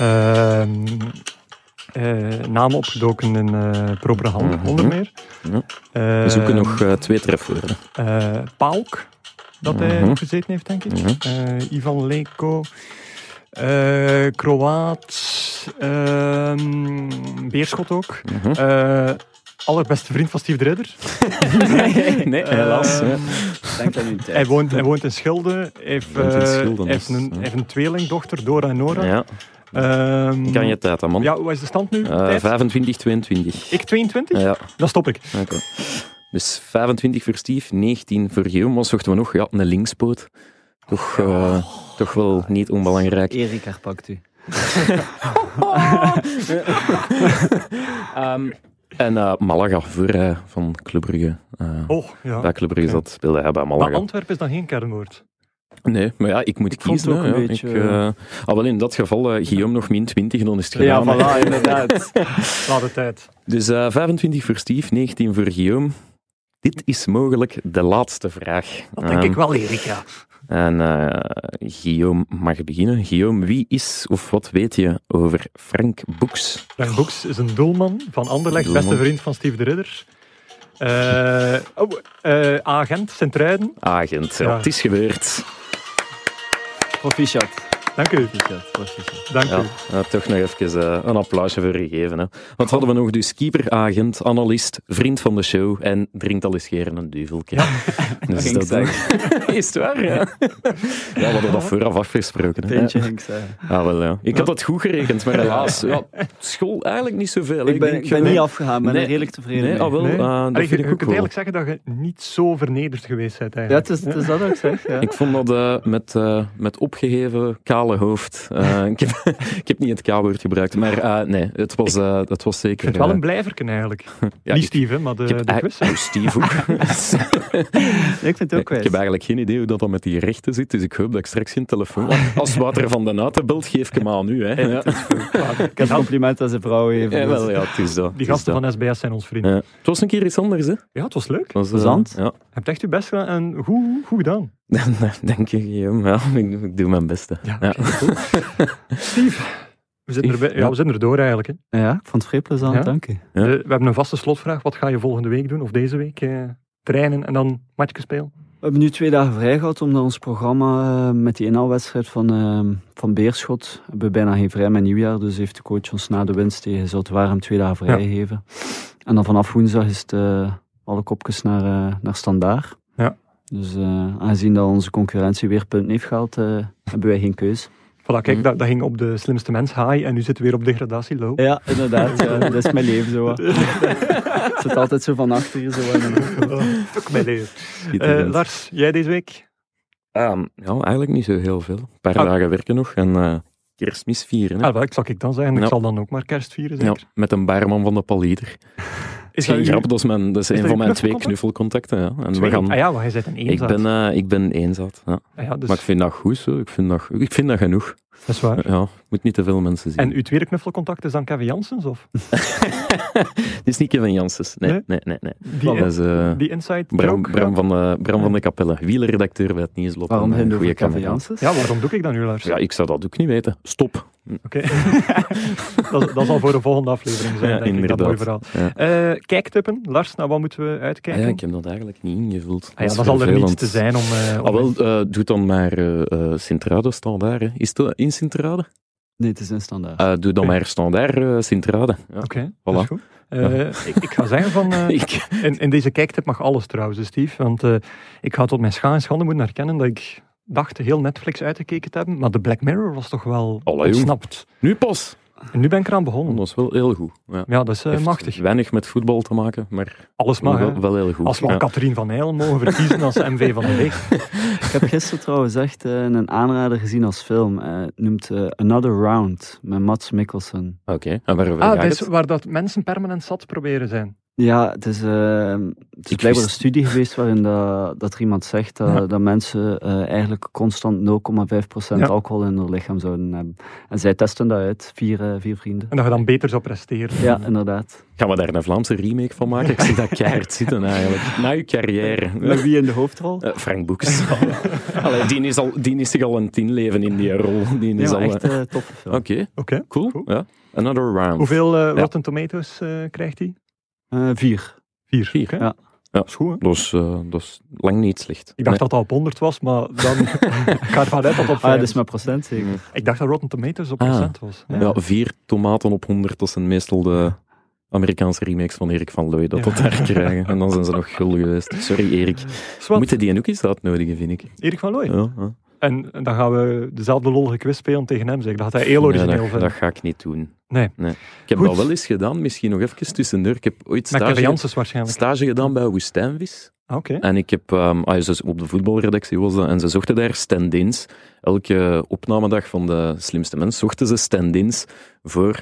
Naam opgedoken in Properhand, onder meer. Ja. We zoeken nog 2 trefwoorden. Pauk, dat hij ook gezeten heeft, denk ik. Ivan Leko. Kroaat. Beerschot ook. Allerbeste vriend van Steve de Ridder. Nee, helaas. Denk dat niet. Hij woont in Schilde. Hij heeft een tweelingdochter, Dora en Nora. Ja. Kan je tijd, man? Ja, hoe is de stand nu? 25, 22. Ik 22? Ja. Dan stop ik. Okay. Dus 25 voor Steve, 19 voor Guillaume. Wat zochten we nog? Ja, een linkspoot. Toch wel niet onbelangrijk. Erik herpakt u. En Malaga voor van Club Brugge. Bij Club Brugge speelde hij bij Malaga. Maar Antwerpen is dan geen kernwoord. Nee, maar ja, ik moet kiezen. Vond het ook een beetje... wel in dat geval, Guillaume nog min 20, dan is het gedaan. Ja, voilà, inderdaad. Laat de tijd. Dus 25 voor Steve, 19 voor Guillaume. Dit is mogelijk de laatste vraag. Dat denk ik wel, Erik, ja. En Guillaume mag beginnen. Guillaume, wie is of wat weet je over Frank Boeks? Frank Boeks is een doelman van Anderlecht, beste vriend van Steve de Ridder. Agent, Sint-Truiden. Agent, ja. Het is gebeurd. Proficiat. Dank u. Dank u. Ja, toch nog even een applausje voor gegeven. Hè. Wat hadden we nog? Dus keeper, agent, analist, vriend van de show en drinkt al eens scheren een duveltje. Ja. Dus dat is het waar, ja. Ja, we hadden dat vooraf afgesproken. Pintje Henk zei. Ah, wel, ja. Ik had dat goed gerekend, maar helaas. Ja, school eigenlijk niet zoveel. Ik ben niet afgegaan, ben er redelijk tevreden mee. Wel, dat vind ik ook kunt eigenlijk zeggen dat je niet zo vernederd geweest bent. Eigenlijk. Ja, het is dat ook zeg. Ja. Ik vond dat met opgeheven, kale hoofd. Ik heb niet het K-woord gebruikt, maar nee, het was zeker... Ik vind het wel een blijverken eigenlijk. Ja, niet Steve, maar de quiz. Steve ook. Ik vind het ook Ik heb eigenlijk geen idee hoe dat met die rechten zit, dus ik hoop dat ik straks geen telefoon... Als Wouter van den Houten belt, geef ik hem aan nu. Hè. Ja. Ik heb compliment aan zijn vrouw even. Ja, wel, ja, het is dat. Die gasten van SBS zijn ons vrienden. Ja. Het was een keer iets anders, hè? Ja, het was leuk. Het was plezant. Ja. Je hebt echt je best gedaan en goed gedaan. Denk je, Guillaume. Ja, ik doe mijn beste. Ja. Cool. Steve, we zitten er door eigenlijk. Hè. Ja, ik vond het vrij plezant, dank u. Ja. We hebben een vaste slotvraag. Wat ga je volgende week doen, of deze week? trainen en dan matchje spelen? We hebben nu 2 dagen vrij gehad, omdat ons programma met die inhaalwedstrijd van Beerschot hebben we bijna geen vrij met nieuwjaar. Dus heeft de coach ons na de winst tegen Zoutwaarem 2 dagen vrij gegeven. En dan vanaf woensdag is het alle kopjes naar Standaard. Ja. Dus aangezien dat onze concurrentie weer punten heeft gehaald, hebben wij geen keus. Voilà, kijk, dat ging op de slimste mens high en nu zitten we weer op degradatie low. Ja, inderdaad. Dat is mijn leven zo. Het zit altijd zo van achter. Zo Fuck mijn leven. Lars, jij deze week? Ja, eigenlijk niet zo heel veel. Een paar dagen werken nog en kerstmis vieren. Hè? Wat zal ik dan zeggen? Ik zal dan ook maar kerst vieren, zeker? Ja, met een barman van de Palieder. Is geen grap, dat is een van mijn 2 knuffelcontacten. Ja. En we gaan... maar jij bent een eenzaad. Ik ben eenzaad. Ja. Dus... Maar ik vind dat goed zo. Ik vind dat genoeg. Dat is waar. Ja, ik moet niet te veel mensen zien. En uw tweede knuffelcontact is dan Kevin Janssens, of? Het is niet Kevin Janssens. Nee. Die inside Bram van de Kapelle, wielerredacteur bij het Nieuwsblad. Waarom hen over Kevin Janssens? Ja, waarom doe ik dat nu, Lars? Ja, ik zou dat ook niet weten. Stop. Oké. dat zal voor de volgende aflevering zijn, denk ik. Dat mooi verhaal. Ja. Kijktippen. Lars, naar wat moeten we uitkijken? Ik heb dat eigenlijk niet ingevuld. Dat zal er niets te zijn om... doe dan maar Sint-Truiden Standaard. Hè. Is het in Sint-Truiden? Nee, het is in Standaard. Doe dan maar Standaard Sint-Truiden. Ja. Oké, voilà. Dat is goed. Ik ga zeggen van... in deze kijktip mag alles trouwens, Steve. Want ik ga tot mijn schande moeten erkennen dat ik dacht heel Netflix uitgekeken te hebben. Maar de Black Mirror was toch wel ontsnapt. Nu pas. En nu ben ik eraan begonnen. Dat is wel heel goed. Ja, dat is machtig. Weinig met voetbal te maken, maar alles mag, wel heel goed. Als we Catherine van Eyl mogen verkiezen als MV van de week. Ik heb gisteren trouwens echt een aanrader gezien als film. Het noemt Another Round met Mads Mikkelsen. Oké. En waarover dat is waar dat mensen permanent zat proberen zijn. Ja, het is blijkbaar een studie geweest waarin dat er iemand zegt dat mensen eigenlijk constant 0,5% alcohol in hun lichaam zouden hebben. En zij testen dat uit, 4 vrienden. En dat je dan beter zou presteren. Ja, inderdaad. Gaan we daar een Vlaamse remake van maken? Ik zie dat keihard zitten eigenlijk. Na uw carrière. Met wie in de hoofdrol? Frank Boeks. Die is zich al een 10 leven in die rol. Die is echt toffe film. Oké, cool. Ja. Another Round. Hoeveel Rotten Tomatoes krijgt hij? 4. 4, ja. Ja, dat is goed. Dat is lang niet slecht. Ik dacht dat het al op 100 was, maar dan ga ervan uit dat het op 5 dat is maar procent zeker. Ik dacht dat Rotten Tomatoes op procent was. Ja, 4 tomaten op 100, dat zijn meestal de Amerikaanse remakes van Erik van Looy dat daar krijgen. En dan zijn ze nog gul geweest. Sorry, Erik. We moeten die ook eens uitnodigen, vind ik. Erik van Looy? Ja. En dan gaan we dezelfde lollige quiz spelen tegen hem, zeg. Dat gaat hij heel origineel vinden. Dat ga ik niet doen. Nee. Ik heb dat wel eens gedaan, misschien nog even tussendoor. Ik heb ooit stage gedaan bij Woestijnvis. Oké. En ik heb, op de voetbalredactie was dat, en ze zochten daar stand-ins. Elke opnamedag van de slimste mens zochten ze stand-ins voor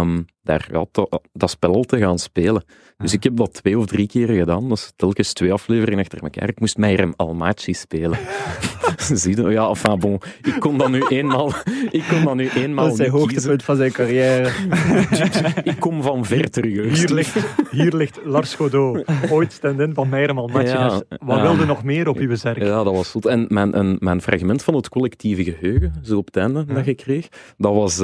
dat spel te gaan spelen. Dus ik heb dat 2 of 3 keer gedaan. Dat is telkens 2 afleveringen achter elkaar. Ik moest Meirem Almaty spelen. Zie je? Ja, enfin bon. Ik kon dat nu eenmaal dat is zijn hoogtepunt van zijn carrière. Ik kom van ver terug. Hier ligt Lars Godot, ooit stand-in van Meirem Almaty. Ja, wat wilde nog meer op uw zerk? Ja, dat was goed. En mijn fragment van het collectieve geheugen, zo op het einde, dat je kreeg, dat was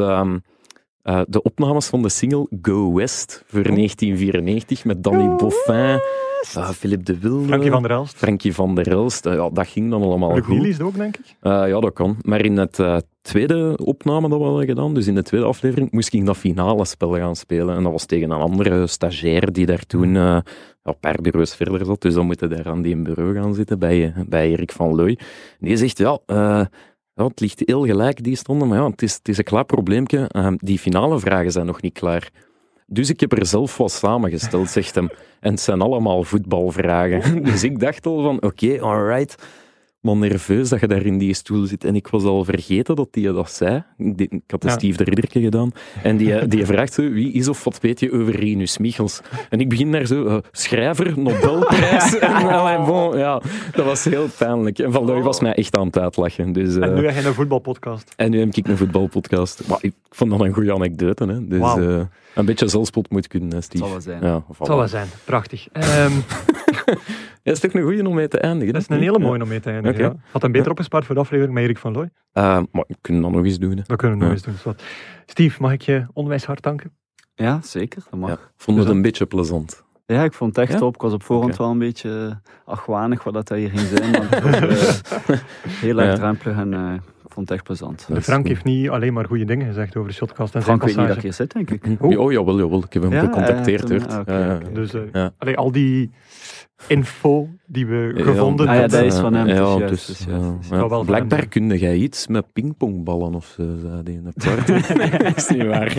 de opnames van de single Go West voor 1994 met Danny Boffin, Philippe de Wilde, Frankie van der Elst. Dat ging dan allemaal Luc goed. Niel is ook, denk ik? Ja, dat kan. Maar in het tweede opname dat we hadden gedaan, dus in de tweede aflevering, moest ik dat finale spel gaan spelen. En dat was tegen een andere stagiair die daar toen een paar bureaus verder zat. Dus dan moeten we daar aan die bureau gaan zitten bij Erik van Looy. En die zegt, het ligt heel gelijk, die stonden, maar het is een klaar probleempje. Die finale vragen zijn nog niet klaar. Dus ik heb er zelf wat samengesteld, zegt hem. En het zijn allemaal voetbalvragen. Dus ik dacht al van, oké, alright. Maar nerveus dat je daar in die stoel zit. En ik was al vergeten dat die dat zei. Ik had de Steve de Ridderke gedaan. En die vraagt zo, wie is of wat weet je over Rinus Michels? En ik begin daar zo, schrijver, Nobelprijs. Dat was heel pijnlijk. En Van Looy was mij echt aan het uitlachen. Dus, en nu heb je een voetbalpodcast. En nu heb ik een voetbalpodcast. Maar ik vond dat een goede anekdote. Hè. Dus een beetje zelfspot moet kunnen, Steve. Het zal wel zijn. Ja, het zal wel zijn. Prachtig. Dat is toch een goede om mee te eindigen? Dat is een hele mooie om mee te eindigen. Okay. Ja. Had hem beter opgespaard voor de aflevering met Erik van Looy? Maar we kunnen dat nog eens doen. Hè. Dat kunnen we nog eens doen. Dus Steve, mag ik je onwijs hard danken? Ja, zeker. Dat mag. Vond het een beetje plezant. Ja, ik vond het echt top. Ik was op voorhand wel een beetje argwanig wat dat hier ging zijn. Maar het was heel laagdrempelig en ik vond het echt plezant. De Frank heeft niet alleen maar goede dingen gezegd over de Shotcast en Frank zijn weet niet passage. dat ik hier zit, denk ik. Oh, jawel. Ik heb hem gecontacteerd. Okay. Dus al die info die we gevonden hebben. Dat is van hem. Blijkbaar kun jij iets met pingpongballen of zo, zei hij in de party. Nee, dat is niet waar.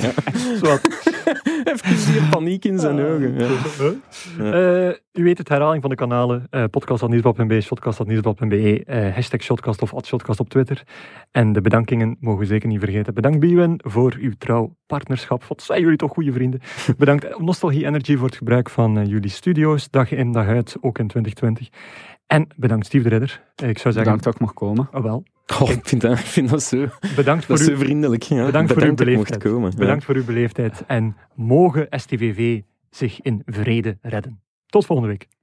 Even die paniek in zijn ogen. U weet het, herhaling van de kanalen. Podcast.nieuwsblad.be, shotcast.nieuwsblad.be, hashtag Shotcast of @Shotcast op Twitter. En de bedankingen mogen we zeker niet vergeten. Bedankt Bwin voor uw trouw partnerschap. Wat zijn jullie toch goede vrienden. Bedankt Nostalgie Energy voor het gebruik van jullie studio's. Dag in dag uit, ook in 2020. En bedankt Steve de Ridder. Ik zou zeggen... Bedankt dat ik mag komen. Oh wel. Ik vind dat zo... Bedankt voor zo vriendelijk. Ja. Bedankt voor uw beleefdheid. Komen, bedankt voor uw beleefdheid. En mogen STVV zich in vrede redden. Tot volgende week.